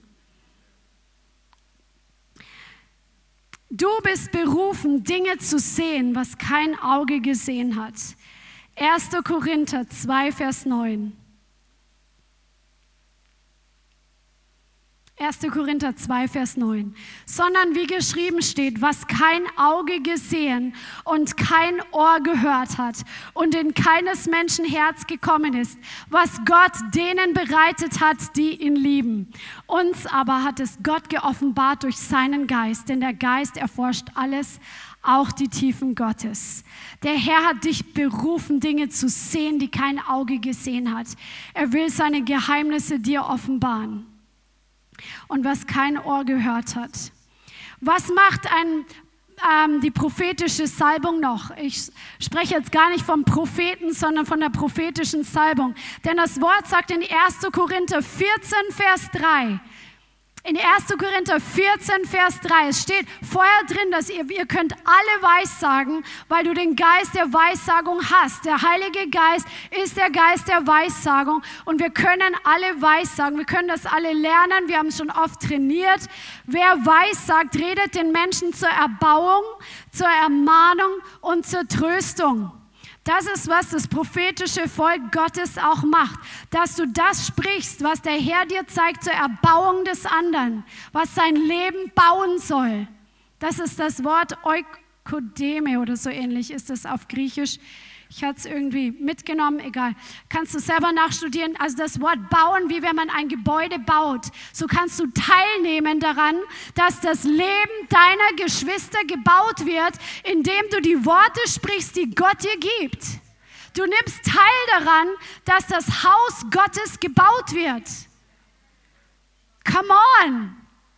B: Du bist berufen, Dinge zu sehen, was kein Auge gesehen hat. 1. Korinther 2, Vers 9. 1. Korinther 2, Vers 9. Sondern wie geschrieben steht, was kein Auge gesehen und kein Ohr gehört hat und in keines Menschen Herz gekommen ist, was Gott denen bereitet hat, die ihn lieben. Uns aber hat es Gott geoffenbart durch seinen Geist, denn der Geist erforscht alles, auch die Tiefen Gottes. Der Herr hat dich berufen, Dinge zu sehen, die kein Auge gesehen hat. Er will seine Geheimnisse dir offenbaren. Und was kein Ohr gehört hat. Was macht die prophetische Salbung noch? Ich spreche jetzt gar nicht vom Propheten, sondern von der prophetischen Salbung. Denn das Wort sagt in 1. Korinther 14, Vers 3, in 1. Korinther 14, Vers 3, es steht vorher drin, dass ihr könnt alle Weissagen, weil du den Geist der Weissagung hast. Der Heilige Geist ist der Geist der Weissagung und wir können alle Weissagen, wir können das alle lernen, wir haben es schon oft trainiert. Wer Weissagt, redet den Menschen zur Erbauung, zur Ermahnung und zur Tröstung. Das ist, was das prophetische Volk Gottes auch macht, dass du das sprichst, was der Herr dir zeigt zur Erbauung des anderen, was sein Leben bauen soll. Das ist das Wort Oikodeme oder so ähnlich ist es auf Griechisch. Ich hatte es irgendwie mitgenommen, egal. Kannst du selber nachstudieren. Also das Wort bauen, wie wenn man ein Gebäude baut. So kannst du teilnehmen daran, dass das Leben deiner Geschwister gebaut wird, indem du die Worte sprichst, die Gott dir gibt. Du nimmst teil daran, dass das Haus Gottes gebaut wird. Come on!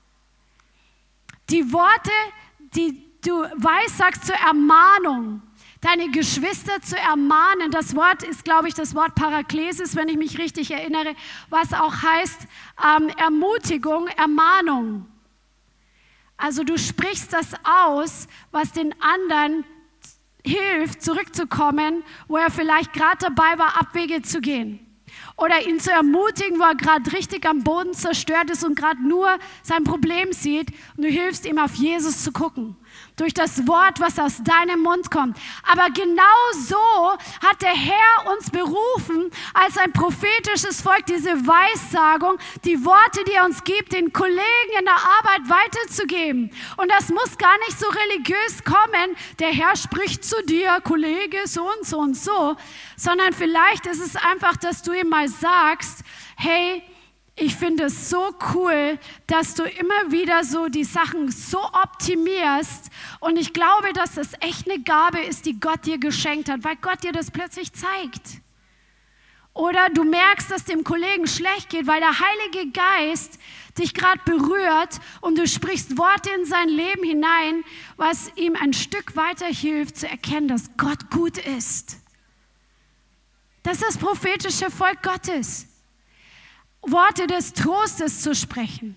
B: Die Worte, die du weissagst zur Ermahnung, deine Geschwister zu ermahnen. Das Wort ist, glaube ich, das Wort Paraklesis, wenn ich mich richtig erinnere, was auch heißt Ermutigung, Ermahnung. Also du sprichst das aus, was den anderen hilft, zurückzukommen, wo er vielleicht gerade dabei war, Abwege zu gehen. Oder ihn zu ermutigen, wo er gerade richtig am Boden zerstört ist und gerade nur sein Problem sieht. Und du hilfst ihm, auf Jesus zu gucken. Durch das Wort, was aus deinem Mund kommt. Aber genau so hat der Herr uns berufen, als ein prophetisches Volk, diese Weissagung, die Worte, die er uns gibt, den Kollegen in der Arbeit weiterzugeben. Und das muss gar nicht so religiös kommen. Der Herr spricht zu dir, Kollege, so und so und so. Sondern vielleicht ist es einfach, dass du ihm mal sagst, hey, ich finde es so cool, dass du immer wieder so die Sachen so optimierst. Und ich glaube, dass das echt eine Gabe ist, die Gott dir geschenkt hat, weil Gott dir das plötzlich zeigt. Oder du merkst, dass dem Kollegen schlecht geht, weil der Heilige Geist dich gerade berührt und du sprichst Worte in sein Leben hinein, was ihm ein Stück weiter hilft, zu erkennen, dass Gott gut ist. Das ist das prophetische Volk Gottes. Worte des Trostes zu sprechen.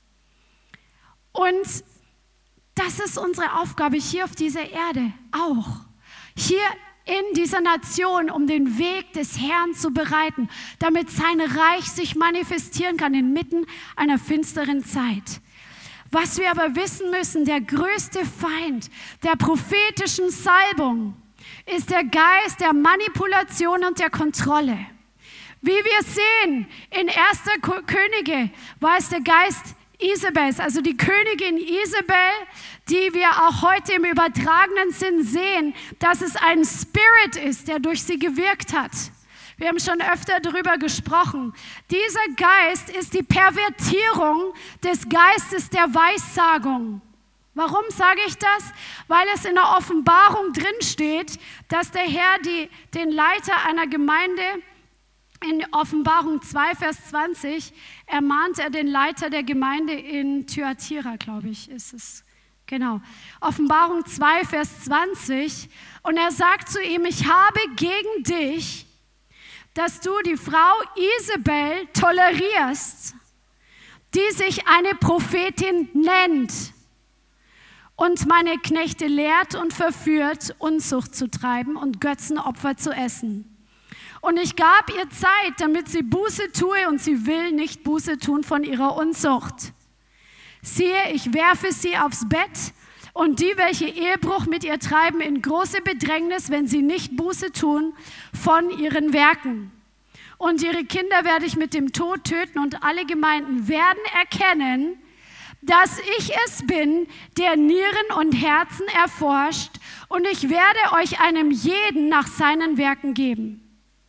B: Und das ist unsere Aufgabe hier auf dieser Erde auch. Hier in dieser Nation, um den Weg des Herrn zu bereiten, damit sein Reich sich manifestieren kann inmitten einer finsteren Zeit. Was wir aber wissen müssen, der größte Feind der prophetischen Salbung ist der Geist der Manipulation und der Kontrolle. Wie wir sehen, in 1. Könige war es der Geist Isabels, also die Königin Isabel, die wir auch heute im übertragenen Sinn sehen, dass es ein Spirit ist, der durch sie gewirkt hat. Wir haben schon öfter darüber gesprochen. Dieser Geist ist die Pervertierung des Geistes der Weissagung. Warum sage ich das? Weil es in der Offenbarung drin steht, dass der Herr den Leiter einer Gemeinde in Offenbarung 2, Vers 20 ermahnt er den Leiter der Gemeinde in Thyatira, glaube ich, ist es. Genau. Offenbarung 2, Vers 20. Und er sagt zu ihm, ich habe gegen dich, dass du die Frau Isabel tolerierst, die sich eine Prophetin nennt und meine Knechte lehrt und verführt, Unzucht zu treiben und Götzenopfer zu essen. Und ich gab ihr Zeit, damit sie Buße tue, und sie will nicht Buße tun von ihrer Unzucht. Siehe, ich werfe sie aufs Bett, und die, welche Ehebruch mit ihr treiben, in große Bedrängnis, wenn sie nicht Buße tun von ihren Werken. und ihre Kinder werde ich mit dem Tod töten und alle Gemeinden werden erkennen, dass ich es bin, der Nieren und Herzen erforscht und ich werde euch einem jeden nach seinen Werken geben.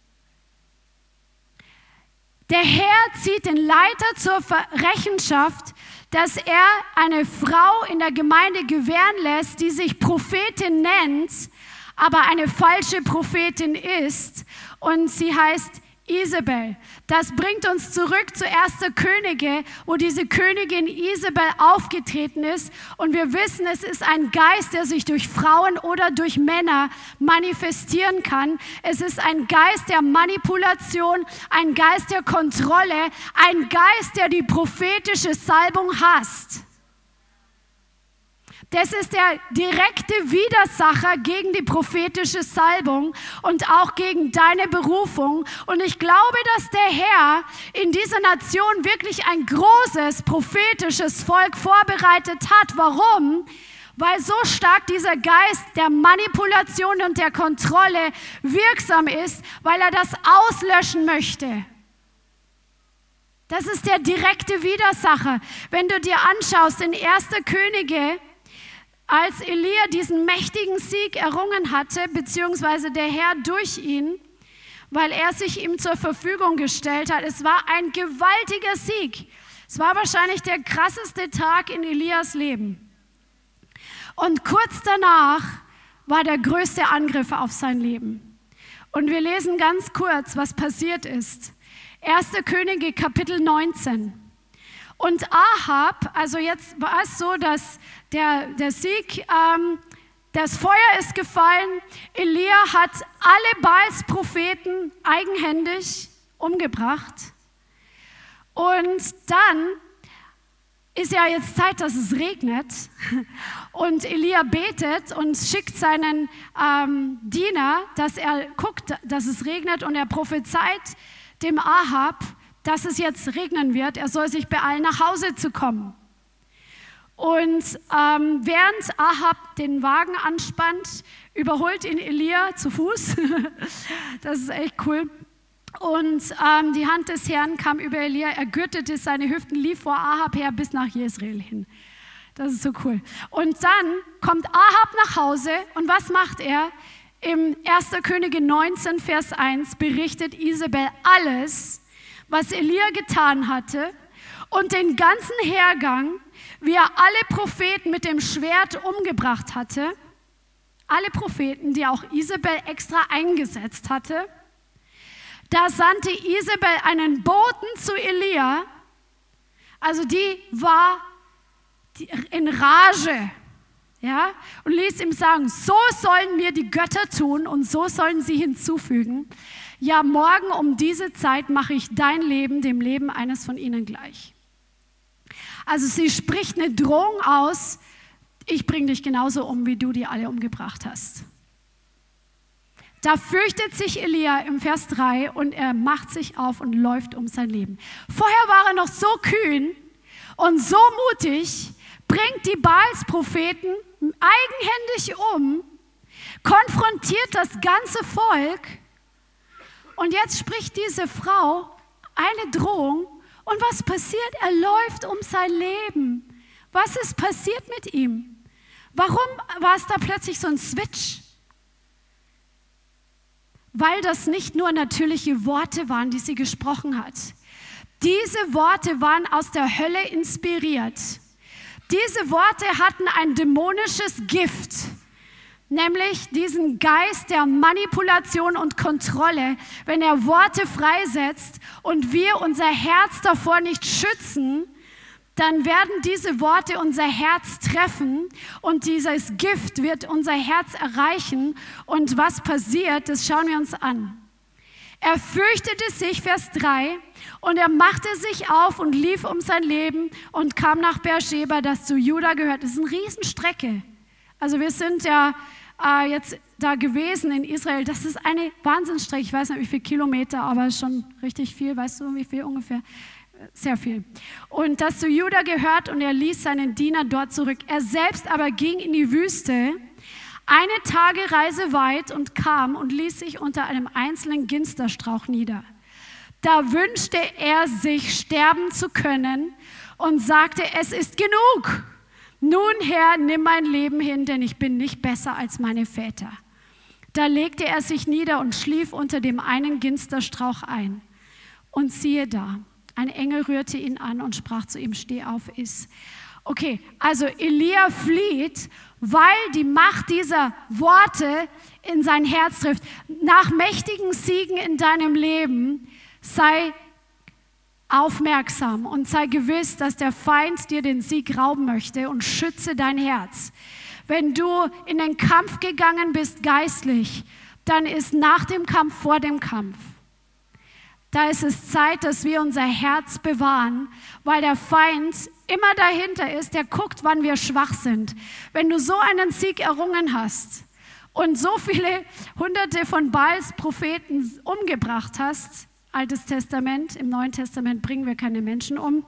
B: Der Herr zieht den Leiter zur Rechenschaft, dass er eine Frau in der Gemeinde gewähren lässt, die sich Prophetin nennt, aber eine falsche Prophetin ist und sie heißt Isabel. Das bringt uns zurück zu 1. Könige, wo diese Königin Isabel aufgetreten ist und wir wissen, es ist ein Geist, der sich durch Frauen oder durch Männer manifestieren kann. Es ist ein Geist der Manipulation, ein Geist der Kontrolle, ein Geist, der die prophetische Salbung hasst. Das ist der direkte Widersacher gegen die prophetische Salbung und auch gegen deine Berufung. Und ich glaube, dass der Herr in dieser Nation wirklich ein großes prophetisches Volk vorbereitet hat. Warum? Weil so stark dieser Geist der Manipulation und der Kontrolle wirksam ist, weil er das auslöschen möchte. Das ist der direkte Widersacher. Wenn du dir anschaust in 1. Könige, als Elia diesen mächtigen Sieg errungen hatte, beziehungsweise der Herr durch ihn, weil er sich ihm zur Verfügung gestellt hat. Es war ein gewaltiger Sieg. Es war wahrscheinlich der krasseste Tag in Elias Leben. Und kurz danach war der größte Angriff auf sein Leben. Und wir lesen ganz kurz, was passiert ist. 1. Könige, Kapitel 19. Und Ahab, also jetzt war es so, dass der Sieg, das Feuer ist gefallen, Elia hat alle Baals Propheten eigenhändig umgebracht. Und dann ist ja jetzt Zeit, dass es regnet. Und Elia betet und schickt seinen Diener, dass er guckt, dass es regnet und er prophezeit dem Ahab, dass es jetzt regnen wird, er soll sich beeilen, nach Hause zu kommen. Und während Ahab den Wagen anspannt, überholt ihn Elia zu Fuß. Das ist echt cool. Und die Hand des Herrn kam über Elia, er gürtete seine Hüften, lief vor Ahab her bis nach Jezreel hin. Das ist so cool. Und dann kommt Ahab nach Hause und was macht er? Im 1. Könige 19, Vers 1 berichtet Isabel alles, was Elia getan hatte und den ganzen Hergang, wie er alle Propheten mit dem Schwert umgebracht hatte, alle Propheten, die auch Isabel extra eingesetzt hatte. Da sandte Isabel einen Boten zu Elia, also die war in Rage, ja, und ließ ihm sagen, so sollen mir die Götter tun und so sollen sie hinzufügen. Ja, morgen um diese Zeit mache ich dein Leben dem Leben eines von ihnen gleich. Also sie spricht eine Drohung aus, ich bringe dich genauso um, wie du die alle umgebracht hast. Da fürchtet sich Elia im Vers 3 und er macht sich auf und läuft um sein Leben. Vorher war er noch so kühn und so mutig, bringt die Baals-Propheten eigenhändig um, konfrontiert das ganze Volk. Und jetzt spricht diese Frau eine Drohung. Und was passiert? Er läuft um sein Leben. Was ist passiert mit ihm? Warum war es da plötzlich so ein Switch? Weil das nicht nur natürliche Worte waren, die sie gesprochen hat. Diese Worte waren aus der Hölle inspiriert. Diese Worte hatten ein dämonisches Gift. Nämlich diesen Geist der Manipulation und Kontrolle, wenn er Worte freisetzt und wir unser Herz davor nicht schützen, dann werden diese Worte unser Herz treffen und dieses Gift wird unser Herz erreichen. Und was passiert, das schauen wir uns an. Er fürchtete sich, Vers 3, und er machte sich auf und lief um sein Leben und kam nach Beersheba, das zu Juda gehört. Das ist eine Riesenstrecke. Also wir sind ja jetzt da gewesen in Israel. Das ist eine Wahnsinnsstrecke. Ich weiß nicht, wie viele Kilometer, aber schon richtig viel. Weißt du, wie viel ungefähr? Sehr viel. Und das zu Juda gehört und er ließ seinen Diener dort zurück. Er selbst aber ging in die Wüste, eine Tagereise weit und kam und ließ sich unter einem einzelnen Ginsterstrauch nieder. Da wünschte er sich, sterben zu können und sagte, es ist genug. Nun, Herr, nimm mein Leben hin, denn ich bin nicht besser als meine Väter. Da legte er sich nieder und schlief unter dem einen Ginsterstrauch ein. Und siehe da, ein Engel rührte ihn an und sprach zu ihm, steh auf, iss. Okay, also Elia flieht, weil die Macht dieser Worte in sein Herz trifft. Nach mächtigen Siegen in deinem Leben sei aufmerksam und sei gewiss, dass der Feind dir den Sieg rauben möchte, und schütze dein Herz. Wenn du in den Kampf gegangen bist geistlich, dann ist nach dem Kampf vor dem Kampf. Da ist es Zeit, dass wir unser Herz bewahren, weil der Feind immer dahinter ist, der guckt, wann wir schwach sind. Wenn du so einen Sieg errungen hast und so viele Hunderte von Baals Propheten umgebracht hast, Altes Testament, im Neuen Testament bringen wir keine Menschen um,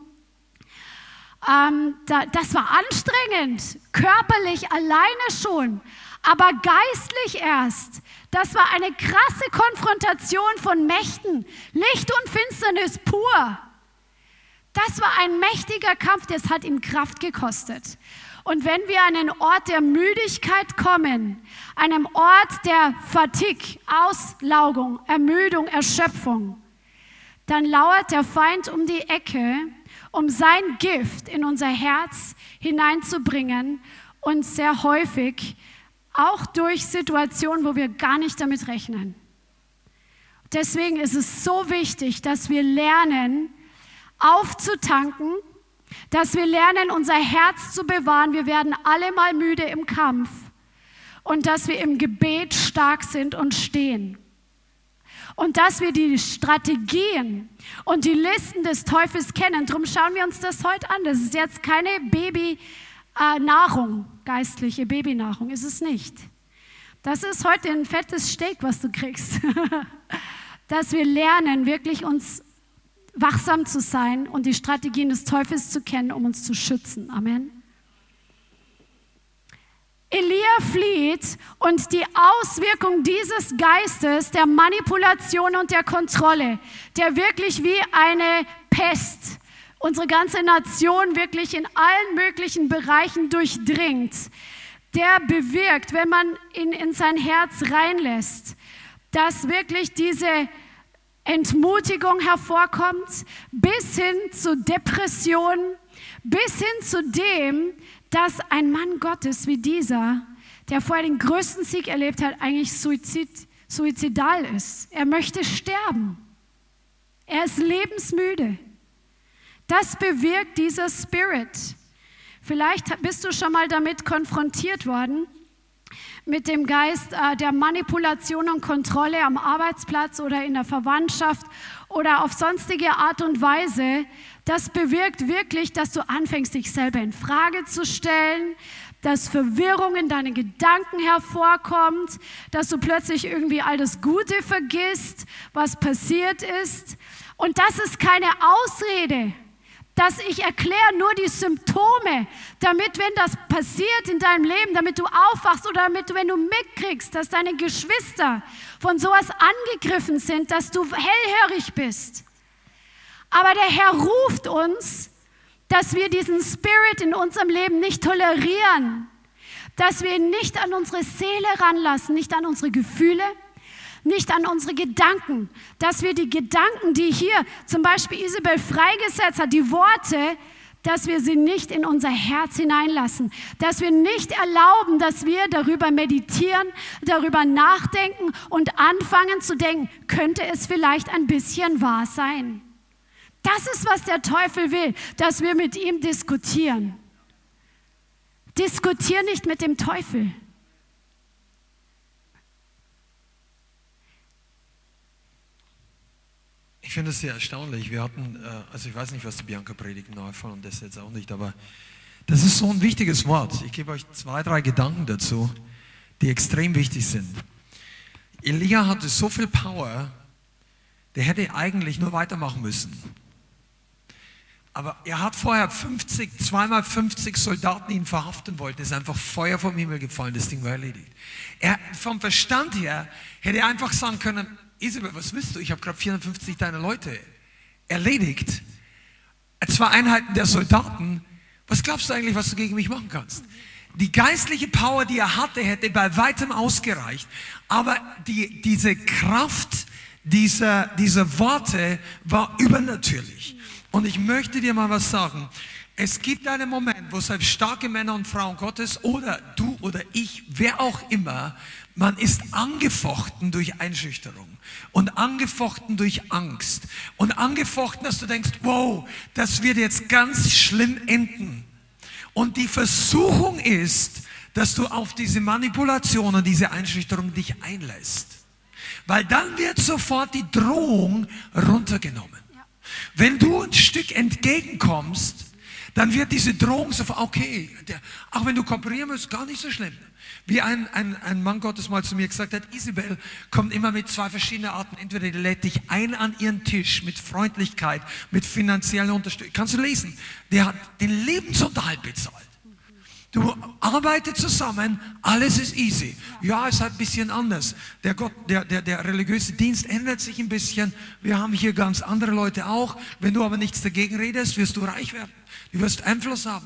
B: das war anstrengend, körperlich alleine schon, aber geistlich erst. Das war eine krasse Konfrontation von Mächten, Licht und Finsternis pur. Das war ein mächtiger Kampf, das hat ihm Kraft gekostet. Und wenn wir an einen Ort der Müdigkeit kommen, einem Ort der Fatigue, Auslaugung, Ermüdung, Erschöpfung, dann lauert der Feind um die Ecke, um sein Gift in unser Herz hineinzubringen, und sehr häufig auch durch Situationen, wo wir gar nicht damit rechnen. Deswegen ist es so wichtig, dass wir lernen, aufzutanken, dass wir lernen, unser Herz zu bewahren. Wir werden alle mal müde im Kampf, und dass wir im Gebet stark sind und stehen. Und dass wir die Strategien und die Listen des Teufels kennen. Darum schauen wir uns das heute an. Das ist jetzt keine Babynahrung, geistliche Babynahrung, ist es nicht. Das ist heute ein fettes Steak, was du kriegst. Dass wir lernen, wirklich uns wachsam zu sein und die Strategien des Teufels zu kennen, um uns zu schützen. Amen. Elia flieht, und die Auswirkung dieses Geistes der Manipulation und der Kontrolle, der wirklich wie eine Pest unsere ganze Nation wirklich in allen möglichen Bereichen durchdringt, der bewirkt, wenn man ihn in sein Herz reinlässt, dass wirklich diese Entmutigung hervorkommt, bis hin zu Depression, bis hin zu dem, dass ein Mann Gottes wie dieser, der vorher den größten Sieg erlebt hat, eigentlich suizidal ist. Er möchte sterben. Er ist lebensmüde. Das bewirkt dieser Spirit. Vielleicht bist du schon mal damit konfrontiert worden, mit dem Geist der Manipulation und Kontrolle am Arbeitsplatz oder in der Verwandtschaft oder auf sonstige Art und Weise. Das bewirkt wirklich, dass du anfängst, dich selber in Frage zu stellen, dass Verwirrung in deinen Gedanken hervorkommt, dass du plötzlich irgendwie all das Gute vergisst, was passiert ist. Und das ist keine Ausrede. Dass ich erkläre nur die Symptome, damit, wenn das passiert in deinem Leben, damit du aufwachst oder damit, wenn du mitkriegst, dass deine Geschwister von sowas angegriffen sind, dass du hellhörig bist. Aber der Herr ruft uns, dass wir diesen Spirit in unserem Leben nicht tolerieren, dass wir ihn nicht an unsere Seele ranlassen, nicht an unsere Gefühle, nicht an unsere Gedanken, dass wir die Gedanken, die hier zum Beispiel Isabel freigesetzt hat, die Worte, dass wir sie nicht in unser Herz hineinlassen, dass wir nicht erlauben, dass wir darüber meditieren, darüber nachdenken und anfangen zu denken, könnte es vielleicht ein bisschen wahr sein. Das ist, was der Teufel will, dass wir mit ihm diskutieren. Diskutier nicht mit dem Teufel.
C: Ich finde es sehr erstaunlich. Wir hatten, also ich weiß nicht, was die Bianca predigt im Neufall und das jetzt auch nicht, aber das ist so ein wichtiges Wort. Ich gebe euch 2, 3 Gedanken dazu, die extrem wichtig sind. Elia hatte so viel Power, der hätte eigentlich nur weitermachen müssen. Aber er hat vorher 2x 50 Soldaten ihn verhaften wollten. Es ist einfach Feuer vom Himmel gefallen, das Ding war erledigt. Er, vom Verstand her hätte er einfach sagen können, Isabel, was willst du? Ich habe gerade 450 deiner Leute erledigt. 2 Einheiten der Soldaten. Was glaubst du eigentlich, was du gegen mich machen kannst? Die geistliche Power, die er hatte, hätte bei weitem ausgereicht. Aber diese Kraft dieser Worte war übernatürlich. Und ich möchte dir mal was sagen. Es gibt einen Moment, wo selbst starke Männer und Frauen Gottes oder du oder ich, wer auch immer, man ist angefochten durch Einschüchterung und angefochten durch Angst und angefochten, dass du denkst, wow, das wird jetzt ganz schlimm enden. Und die Versuchung ist, dass du auf diese Manipulation und diese Einschüchterung dich einlässt. Weil dann wird sofort die Drohung runtergenommen. Wenn du ein Stück entgegenkommst, dann wird diese Drohung sofort, okay, auch wenn du kooperieren musst, gar nicht so schlimm. Wie ein Mann Gottes mal zu mir gesagt hat, Isabel kommt immer mit 2 verschiedenen Arten. Entweder die lädt dich ein an ihren Tisch mit Freundlichkeit, mit finanzieller Unterstützung. Kannst du lesen? Der hat den Lebensunterhalt bezahlt. Du arbeitet zusammen, alles ist easy. Ja, es ist halt ein bisschen anders. Der religiöse Dienst ändert sich ein bisschen. Wir haben hier ganz andere Leute auch. Wenn du aber nichts dagegen redest, wirst du reich werden. Du wirst Einfluss haben.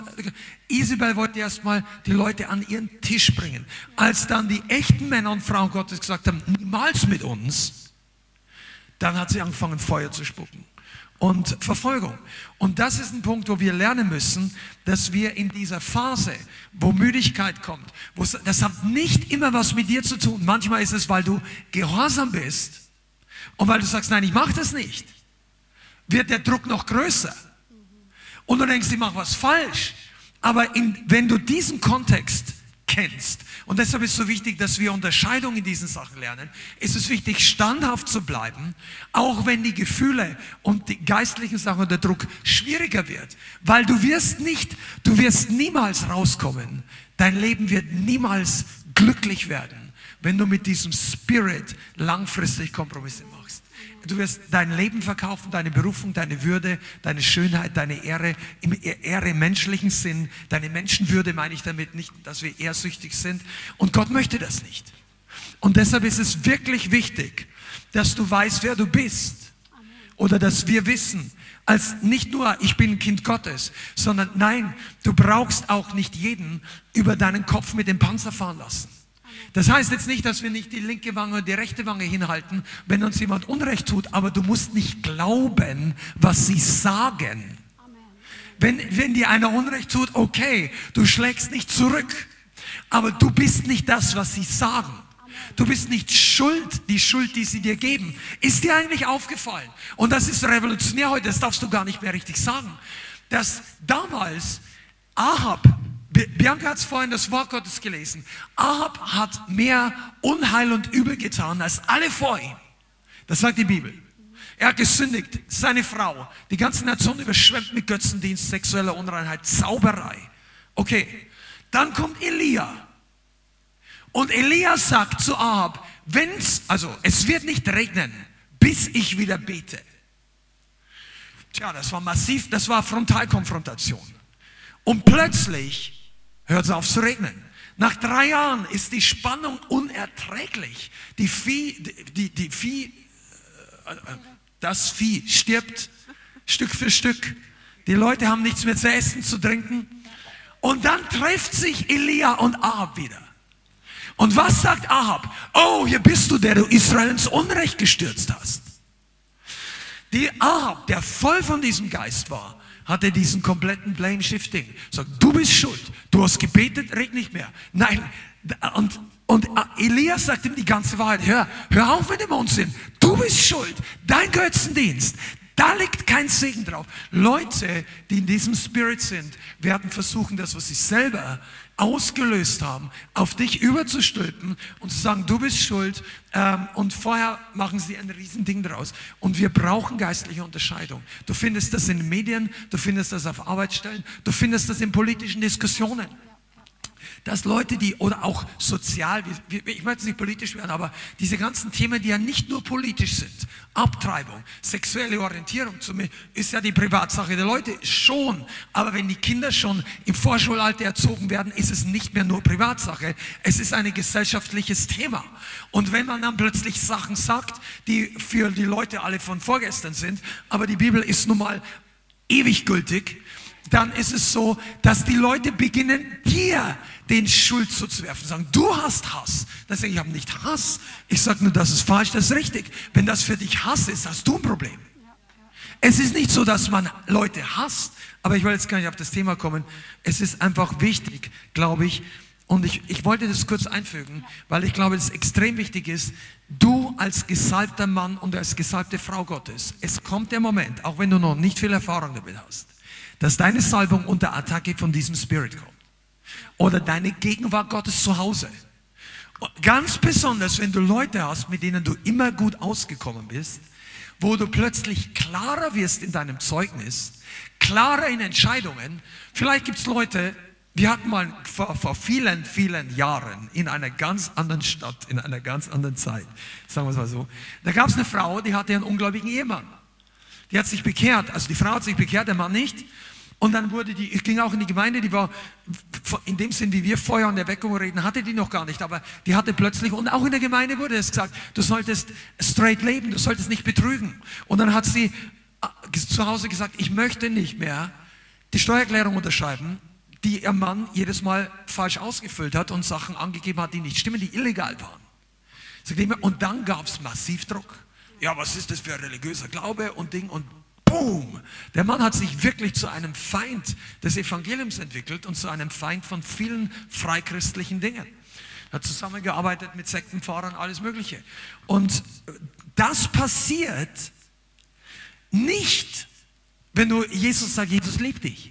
C: Isabel wollte erstmal die Leute an ihren Tisch bringen. Als dann die echten Männer und Frauen Gottes gesagt haben, niemals mit uns, dann hat sie angefangen, Feuer zu spucken. Und Verfolgung. Und das ist ein Punkt, wo wir lernen müssen, dass wir in dieser Phase, wo Müdigkeit kommt, das hat nicht immer was mit dir zu tun. Manchmal ist es, weil du gehorsam bist und weil du sagst, nein, ich mache das nicht, wird der Druck noch größer. Und du denkst, ich mache was falsch. Aber wenn du diesen Kontext kennst, und deshalb ist es so wichtig, dass wir Unterscheidung in diesen Sachen lernen, ist es wichtig, standhaft zu bleiben, auch wenn die Gefühle und die geistlichen Sachen und der Druck schwieriger wird. Weil du wirst niemals rauskommen. Dein Leben wird niemals glücklich werden, wenn du mit diesem Spirit langfristig Kompromisse machst. Du wirst dein Leben verkaufen, deine Berufung, deine Würde, deine Schönheit, deine Ehre, Ehre im menschlichen Sinn, deine Menschenwürde meine ich damit nicht, dass wir ehrsüchtig sind. Und Gott möchte das nicht. Und deshalb ist es wirklich wichtig, dass du weißt, wer du bist. Oder dass wir wissen, als nicht nur, ich bin ein Kind Gottes, sondern nein, du brauchst auch nicht jeden über deinen Kopf mit dem Panzer fahren lassen. Das heißt jetzt nicht, dass wir nicht die linke Wange oder die rechte Wange hinhalten, wenn uns jemand Unrecht tut, aber du musst nicht glauben, was sie sagen. Wenn dir einer Unrecht tut, okay, du schlägst nicht zurück, aber du bist nicht das, was sie sagen. Du bist nicht schuld, die Schuld, die sie dir geben. Ist dir eigentlich aufgefallen? Und das ist revolutionär heute, das darfst du gar nicht mehr richtig sagen, dass damals Ahab, Bianca hat vorhin das Wort Gottes gelesen. Ahab hat mehr Unheil und Übel getan als alle vor ihm. Das sagt die Bibel. Er hat gesündigt, seine Frau, die ganze Nation überschwemmt mit Götzendienst, sexueller Unreinheit, Zauberei. Okay, dann kommt Elia. Und Elia sagt zu Ahab, es wird nicht regnen, bis ich wieder bete. Tja, das war massiv, das war Frontalkonfrontation. Und plötzlich hört es auf zu regnen. Nach 3 Jahren ist die Spannung unerträglich. Das Vieh stirbt Stück für Stück. Die Leute haben nichts mehr zu essen, zu trinken. Und dann trifft sich Elia und Ahab wieder. Und was sagt Ahab? Oh, hier bist du, der du Israel ins Unrecht gestürzt hast. Die Ahab, der voll von diesem Geist war, hatte diesen kompletten Blame-Shifting. Sagt, du bist schuld. Du hast gebetet, red nicht mehr. Nein. Und Elias sagt ihm die ganze Wahrheit. Hör auf mit dem Unsinn. Du bist schuld. Dein Götzendienst. Da liegt kein Segen drauf. Leute, die in diesem Spirit sind, werden versuchen, das, was sie selber ausgelöst haben, auf dich überzustülpen und zu sagen, du bist schuld. Und vorher machen sie ein Riesending draus. Und wir brauchen geistliche Unterscheidung. Du findest das in den Medien, du findest das auf Arbeitsstellen, du findest das in politischen Diskussionen. dass Leute, oder auch sozial, ich möchte es nicht politisch werden, aber diese ganzen Themen, die ja nicht nur politisch sind, Abtreibung, sexuelle Orientierung, ist ja die Privatsache der Leute, schon, aber wenn die Kinder schon im Vorschulalter erzogen werden, ist es nicht mehr nur Privatsache, es ist ein gesellschaftliches Thema. Und wenn man dann plötzlich Sachen sagt, die für die Leute alle von vorgestern sind, aber die Bibel ist nun mal ewig gültig, dann ist es so, dass die Leute beginnen, dir den Schuld zuzuwerfen. Sagen, du hast Hass. Dann sage ich, ich habe nicht Hass. Ich sage nur, das ist falsch, das ist richtig. Wenn das für dich Hass ist, hast du ein Problem. Es ist nicht so, dass man Leute hasst, aber ich will jetzt gar nicht auf das Thema kommen. Es ist einfach wichtig, glaube ich, und ich wollte das kurz einfügen, weil ich glaube, dass es extrem wichtig ist, du als gesalbter Mann und als gesalbte Frau Gottes, es kommt der Moment, auch wenn du noch nicht viel Erfahrung damit hast, dass deine Salbung unter Attacke von diesem Spirit kommt. Oder deine Gegenwart Gottes zu Hause. Ganz besonders, wenn du Leute hast, mit denen du immer gut ausgekommen bist, wo du plötzlich klarer wirst in deinem Zeugnis, klarer in Entscheidungen. Vielleicht gibt es Leute, wir hatten mal vor vielen, vielen Jahren in einer ganz anderen Stadt, in einer ganz anderen Zeit, sagen wir es mal so, da gab es eine Frau, die hatte einen ungläubigen Ehemann. Die hat sich bekehrt, also die Frau hat sich bekehrt, der Mann nicht. Und dann ich ging auch in die Gemeinde, die war in dem Sinn, wie wir Feuer und Erweckung reden, hatte die noch gar nicht, aber die hatte plötzlich, und auch in der Gemeinde wurde es gesagt, du solltest straight leben, du solltest nicht betrügen. Und dann hat sie zu Hause gesagt, ich möchte nicht mehr die Steuererklärung unterschreiben, die ihr Mann jedes Mal falsch ausgefüllt hat und Sachen angegeben hat, die nicht stimmen, die illegal waren. Und dann gab es massiv Druck. Ja, was ist das für ein religiöser Glaube und Ding und boom! Der Mann hat sich wirklich zu einem Feind des Evangeliums entwickelt und zu einem Feind von vielen freikristlichen Dingen. Er hat zusammengearbeitet mit Sektenfahrern, alles Mögliche. Und das passiert nicht, wenn du Jesus sagst, Jesus liebt dich.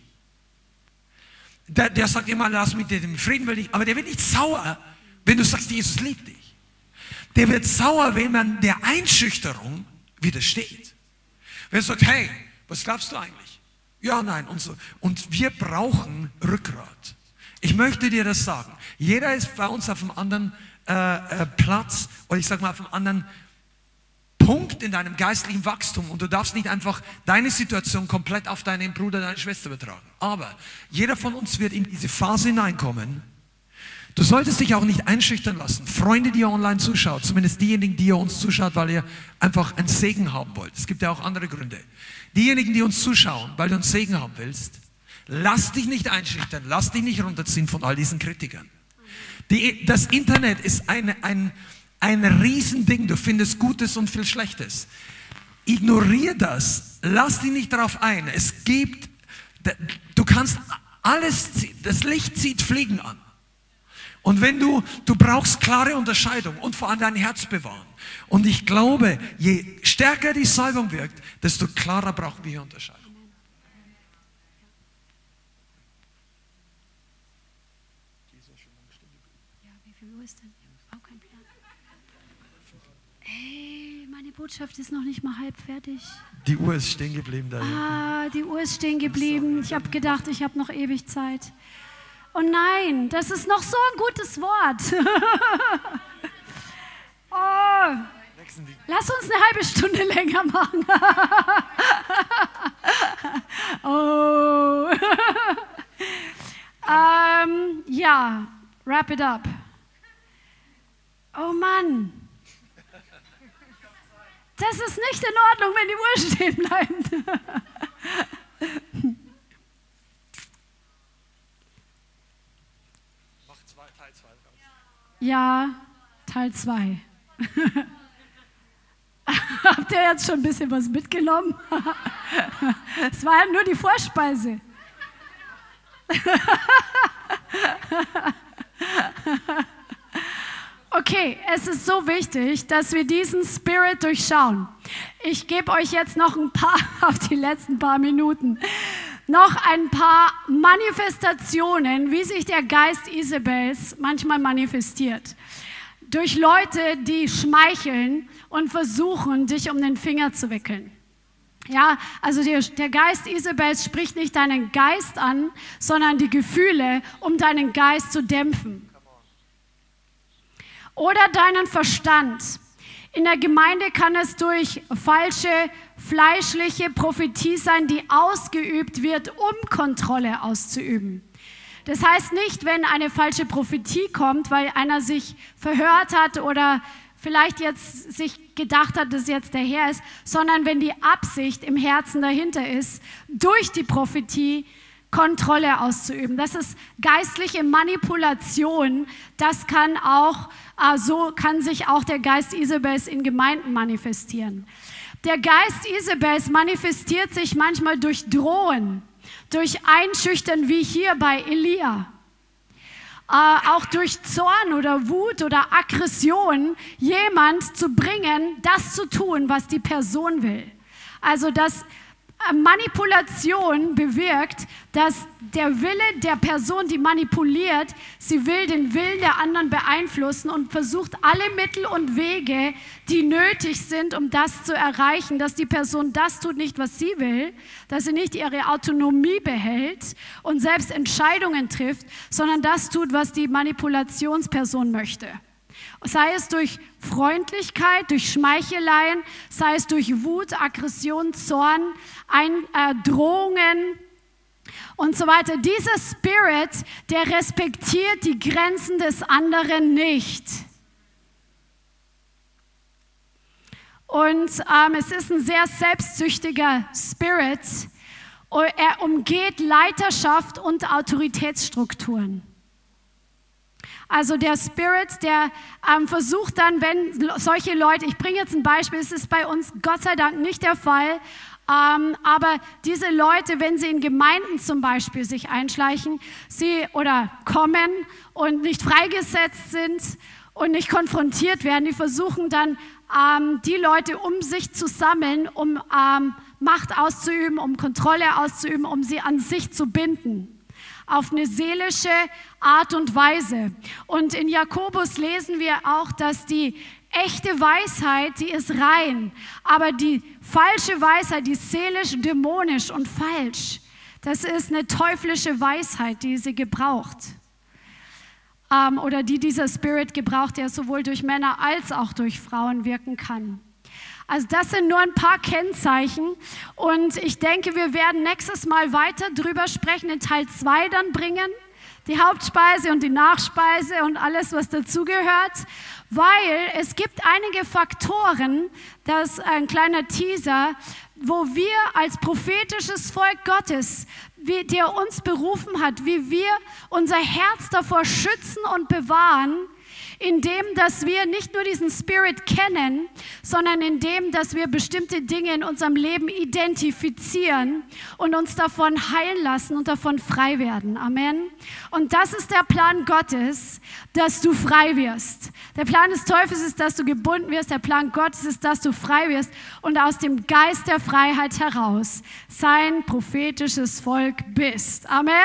C: Der sagt immer, lass mich den Frieden will ich, aber der wird nicht sauer, wenn du sagst, Jesus liebt dich. Der wird sauer, wenn man der Einschüchterung widersteht. Wenn er sagt, hey, was glaubst du eigentlich? Ja, nein und so. Und wir brauchen Rückgrat. Ich möchte dir das sagen. Jeder ist bei uns auf einem anderen Platz, oder ich sage mal auf einem anderen Punkt in deinem geistlichen Wachstum. Und du darfst nicht einfach deine Situation komplett auf deinen Bruder, deine Schwester übertragen. Aber jeder von uns wird in diese Phase hineinkommen. Du solltest dich auch nicht einschüchtern lassen. Freunde, die ihr online zuschaut, zumindest diejenigen, die ihr uns zuschaut, weil ihr einfach einen Segen haben wollt. Es gibt ja auch andere Gründe. Diejenigen, die uns zuschauen, weil du einen Segen haben willst, lass dich nicht einschüchtern, lass dich nicht runterziehen von all diesen Kritikern. Das Internet ist ein Riesending. Du findest Gutes und viel Schlechtes. Ignoriere das. Lass dich nicht darauf ein. Du kannst alles, das Licht zieht Fliegen an. Und wenn du brauchst klare Unterscheidung und vor allem dein Herz bewahren. Und ich glaube, je stärker die Salbung wirkt, desto klarer brauchen wir Unterscheidung.
B: Ja, wie viel Uhr ist denn? Auch kein Plan. Hey, meine Botschaft ist noch nicht mal halb fertig.
C: Die Uhr ist stehen geblieben da.
B: Die Uhr ist stehen geblieben. Ich habe gedacht, ich habe noch ewig Zeit. Oh nein, das ist noch so ein gutes Wort. Oh, lass uns eine halbe Stunde länger machen. Oh. Ja, wrap it up. Oh Mann. Das ist nicht in Ordnung, wenn die Uhr stehen bleibt. Ja, Teil 2. Habt ihr jetzt schon ein bisschen was mitgenommen? Es war ja nur die Vorspeise. Okay, es ist so wichtig, dass wir diesen Spirit durchschauen. Ich gebe euch jetzt noch auf die letzten paar Minuten, noch ein paar Manifestationen, wie sich der Geist Isabels manchmal manifestiert. Durch Leute, die schmeicheln und versuchen, dich um den Finger zu wickeln. Ja, also der Geist Isabels spricht nicht deinen Geist an, sondern die Gefühle, um deinen Geist zu dämpfen. Oder deinen Verstand. In der Gemeinde kann es durch falsche, fleischliche Prophetie sein, die ausgeübt wird, um Kontrolle auszuüben. Das heißt nicht, wenn eine falsche Prophetie kommt, weil einer sich verhört hat oder vielleicht jetzt sich gedacht hat, dass jetzt der Herr ist, sondern wenn die Absicht im Herzen dahinter ist, durch die Prophetie Kontrolle auszuüben. Das ist geistliche Manipulation. Das kann auch, so kann sich auch der Geist Isabels in Gemeinden manifestieren. Der Geist Isabels manifestiert sich manchmal durch Drohen, durch Einschüchtern wie hier bei Elia. Auch durch Zorn oder Wut oder Aggression jemand zu bringen, das zu tun, was die Person will. Also dass Manipulation bewirkt, dass der Wille der Person, die manipuliert, sie will den Willen der anderen beeinflussen und versucht alle Mittel und Wege, die nötig sind, um das zu erreichen, dass die Person das tut, nicht was sie will, dass sie nicht ihre Autonomie behält und selbst Entscheidungen trifft, sondern das tut, was die Manipulationsperson möchte. Sei es durch Freundlichkeit, durch Schmeicheleien, sei es durch Wut, Aggression, Zorn, Drohungen und so weiter. Dieser Spirit, der respektiert die Grenzen des anderen nicht. Und es ist ein sehr selbstsüchtiger Spirit. Er umgeht Leiterschaft und Autoritätsstrukturen. Also der Spirit, der versucht dann, wenn solche Leute, ich bringe jetzt ein Beispiel, es ist bei uns Gott sei Dank nicht der Fall, aber diese Leute, wenn sie in Gemeinden zum Beispiel sich einschleichen, oder kommen und nicht freigesetzt sind und nicht konfrontiert werden, die versuchen dann, die Leute um sich zu sammeln, um Macht auszuüben, um Kontrolle auszuüben, um sie an sich zu binden. Auf eine seelische Art und Weise. Und in Jakobus lesen wir auch, dass die echte Weisheit, die ist rein, aber die falsche Weisheit, die ist seelisch, dämonisch und falsch. Das ist eine teuflische Weisheit, die sie gebraucht. Oder die dieser Spirit gebraucht, der sowohl durch Männer als auch durch Frauen wirken kann. Also das sind nur ein paar Kennzeichen und ich denke, wir werden nächstes Mal weiter drüber sprechen, in Teil 2 dann bringen, die Hauptspeise und die Nachspeise und alles, was dazugehört, weil es gibt einige Faktoren, das ist ein kleiner Teaser, wo wir als prophetisches Volk Gottes, der uns berufen hat, wie wir unser Herz davor schützen und bewahren, indem, dass wir nicht nur diesen Spirit kennen, sondern indem, dass wir bestimmte Dinge in unserem Leben identifizieren und uns davon heilen lassen und davon frei werden. Amen. Und das ist der Plan Gottes, dass du frei wirst. Der Plan des Teufels ist, dass du gebunden wirst. Der Plan Gottes ist, dass du frei wirst und aus dem Geist der Freiheit heraus sein prophetisches Volk bist. Amen.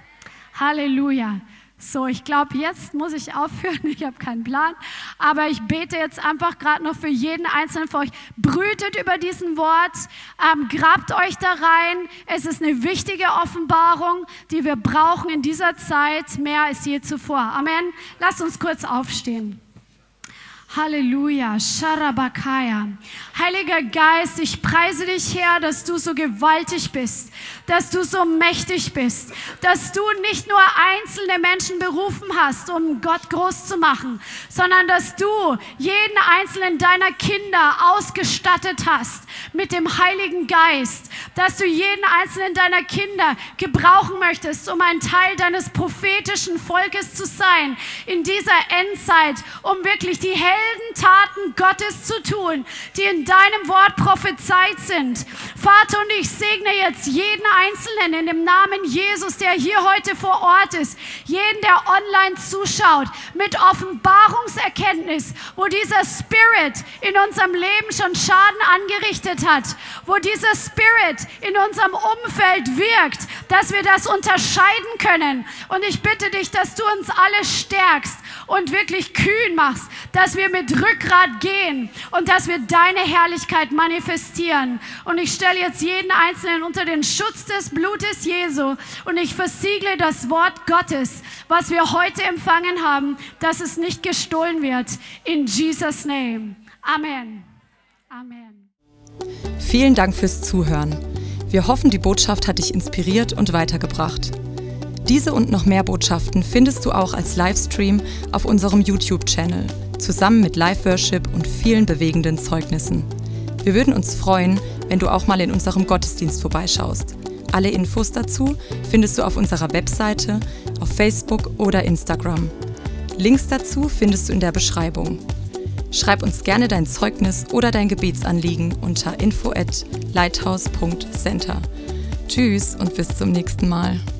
B: Halleluja. So, ich glaube, jetzt muss ich aufhören, ich habe keinen Plan, aber ich bete jetzt einfach gerade noch für jeden Einzelnen von euch. Brütet über diesen Wort, grabt euch da rein. Es ist eine wichtige Offenbarung, die wir brauchen in dieser Zeit, mehr als je zuvor. Amen. Lasst uns kurz aufstehen. Halleluja, Sharabakaya. Heiliger Geist, ich preise dich, Herr, dass du so gewaltig bist, dass du so mächtig bist, dass du nicht nur einzelne Menschen berufen hast, um Gott groß zu machen, sondern dass du jeden einzelnen deiner Kinder ausgestattet hast mit dem Heiligen Geist, dass du jeden einzelnen deiner Kinder gebrauchen möchtest, um ein Teil deines prophetischen Volkes zu sein in dieser Endzeit, um wirklich die Heldentaten Gottes zu tun, die in deinem Wort prophezeit sind. Vater, und ich segne jetzt jeden Einzelnen in dem Namen Jesus, der hier heute vor Ort ist, jeden, der online zuschaut, mit Offenbarungserkenntnis, wo dieser Spirit in unserem Leben schon Schaden angerichtet hat, wo dieser Spirit in unserem Umfeld wirkt, dass wir das unterscheiden können. Und ich bitte dich, dass du uns alle stärkst und wirklich kühn machst, dass wir mit Rückgrat gehen und dass wir deine Herrlichkeit manifestieren. Und ich stelle jetzt jeden Einzelnen unter den Schutz des Blutes Jesu und ich versiegle das Wort Gottes, was wir heute empfangen haben, dass es nicht gestohlen wird. In Jesus' name. Amen. Amen.
D: Vielen Dank fürs Zuhören. Wir hoffen, die Botschaft hat dich inspiriert und weitergebracht. Diese und noch mehr Botschaften findest du auch als Livestream auf unserem YouTube-Channel, zusammen mit Live-Worship und vielen bewegenden Zeugnissen. Wir würden uns freuen, wenn du auch mal in unserem Gottesdienst vorbeischaust. Alle Infos dazu findest du auf unserer Webseite, auf Facebook oder Instagram. Links dazu findest du in der Beschreibung. Schreib uns gerne dein Zeugnis oder dein Gebetsanliegen unter info@lighthouse.center. Tschüss und bis zum nächsten Mal.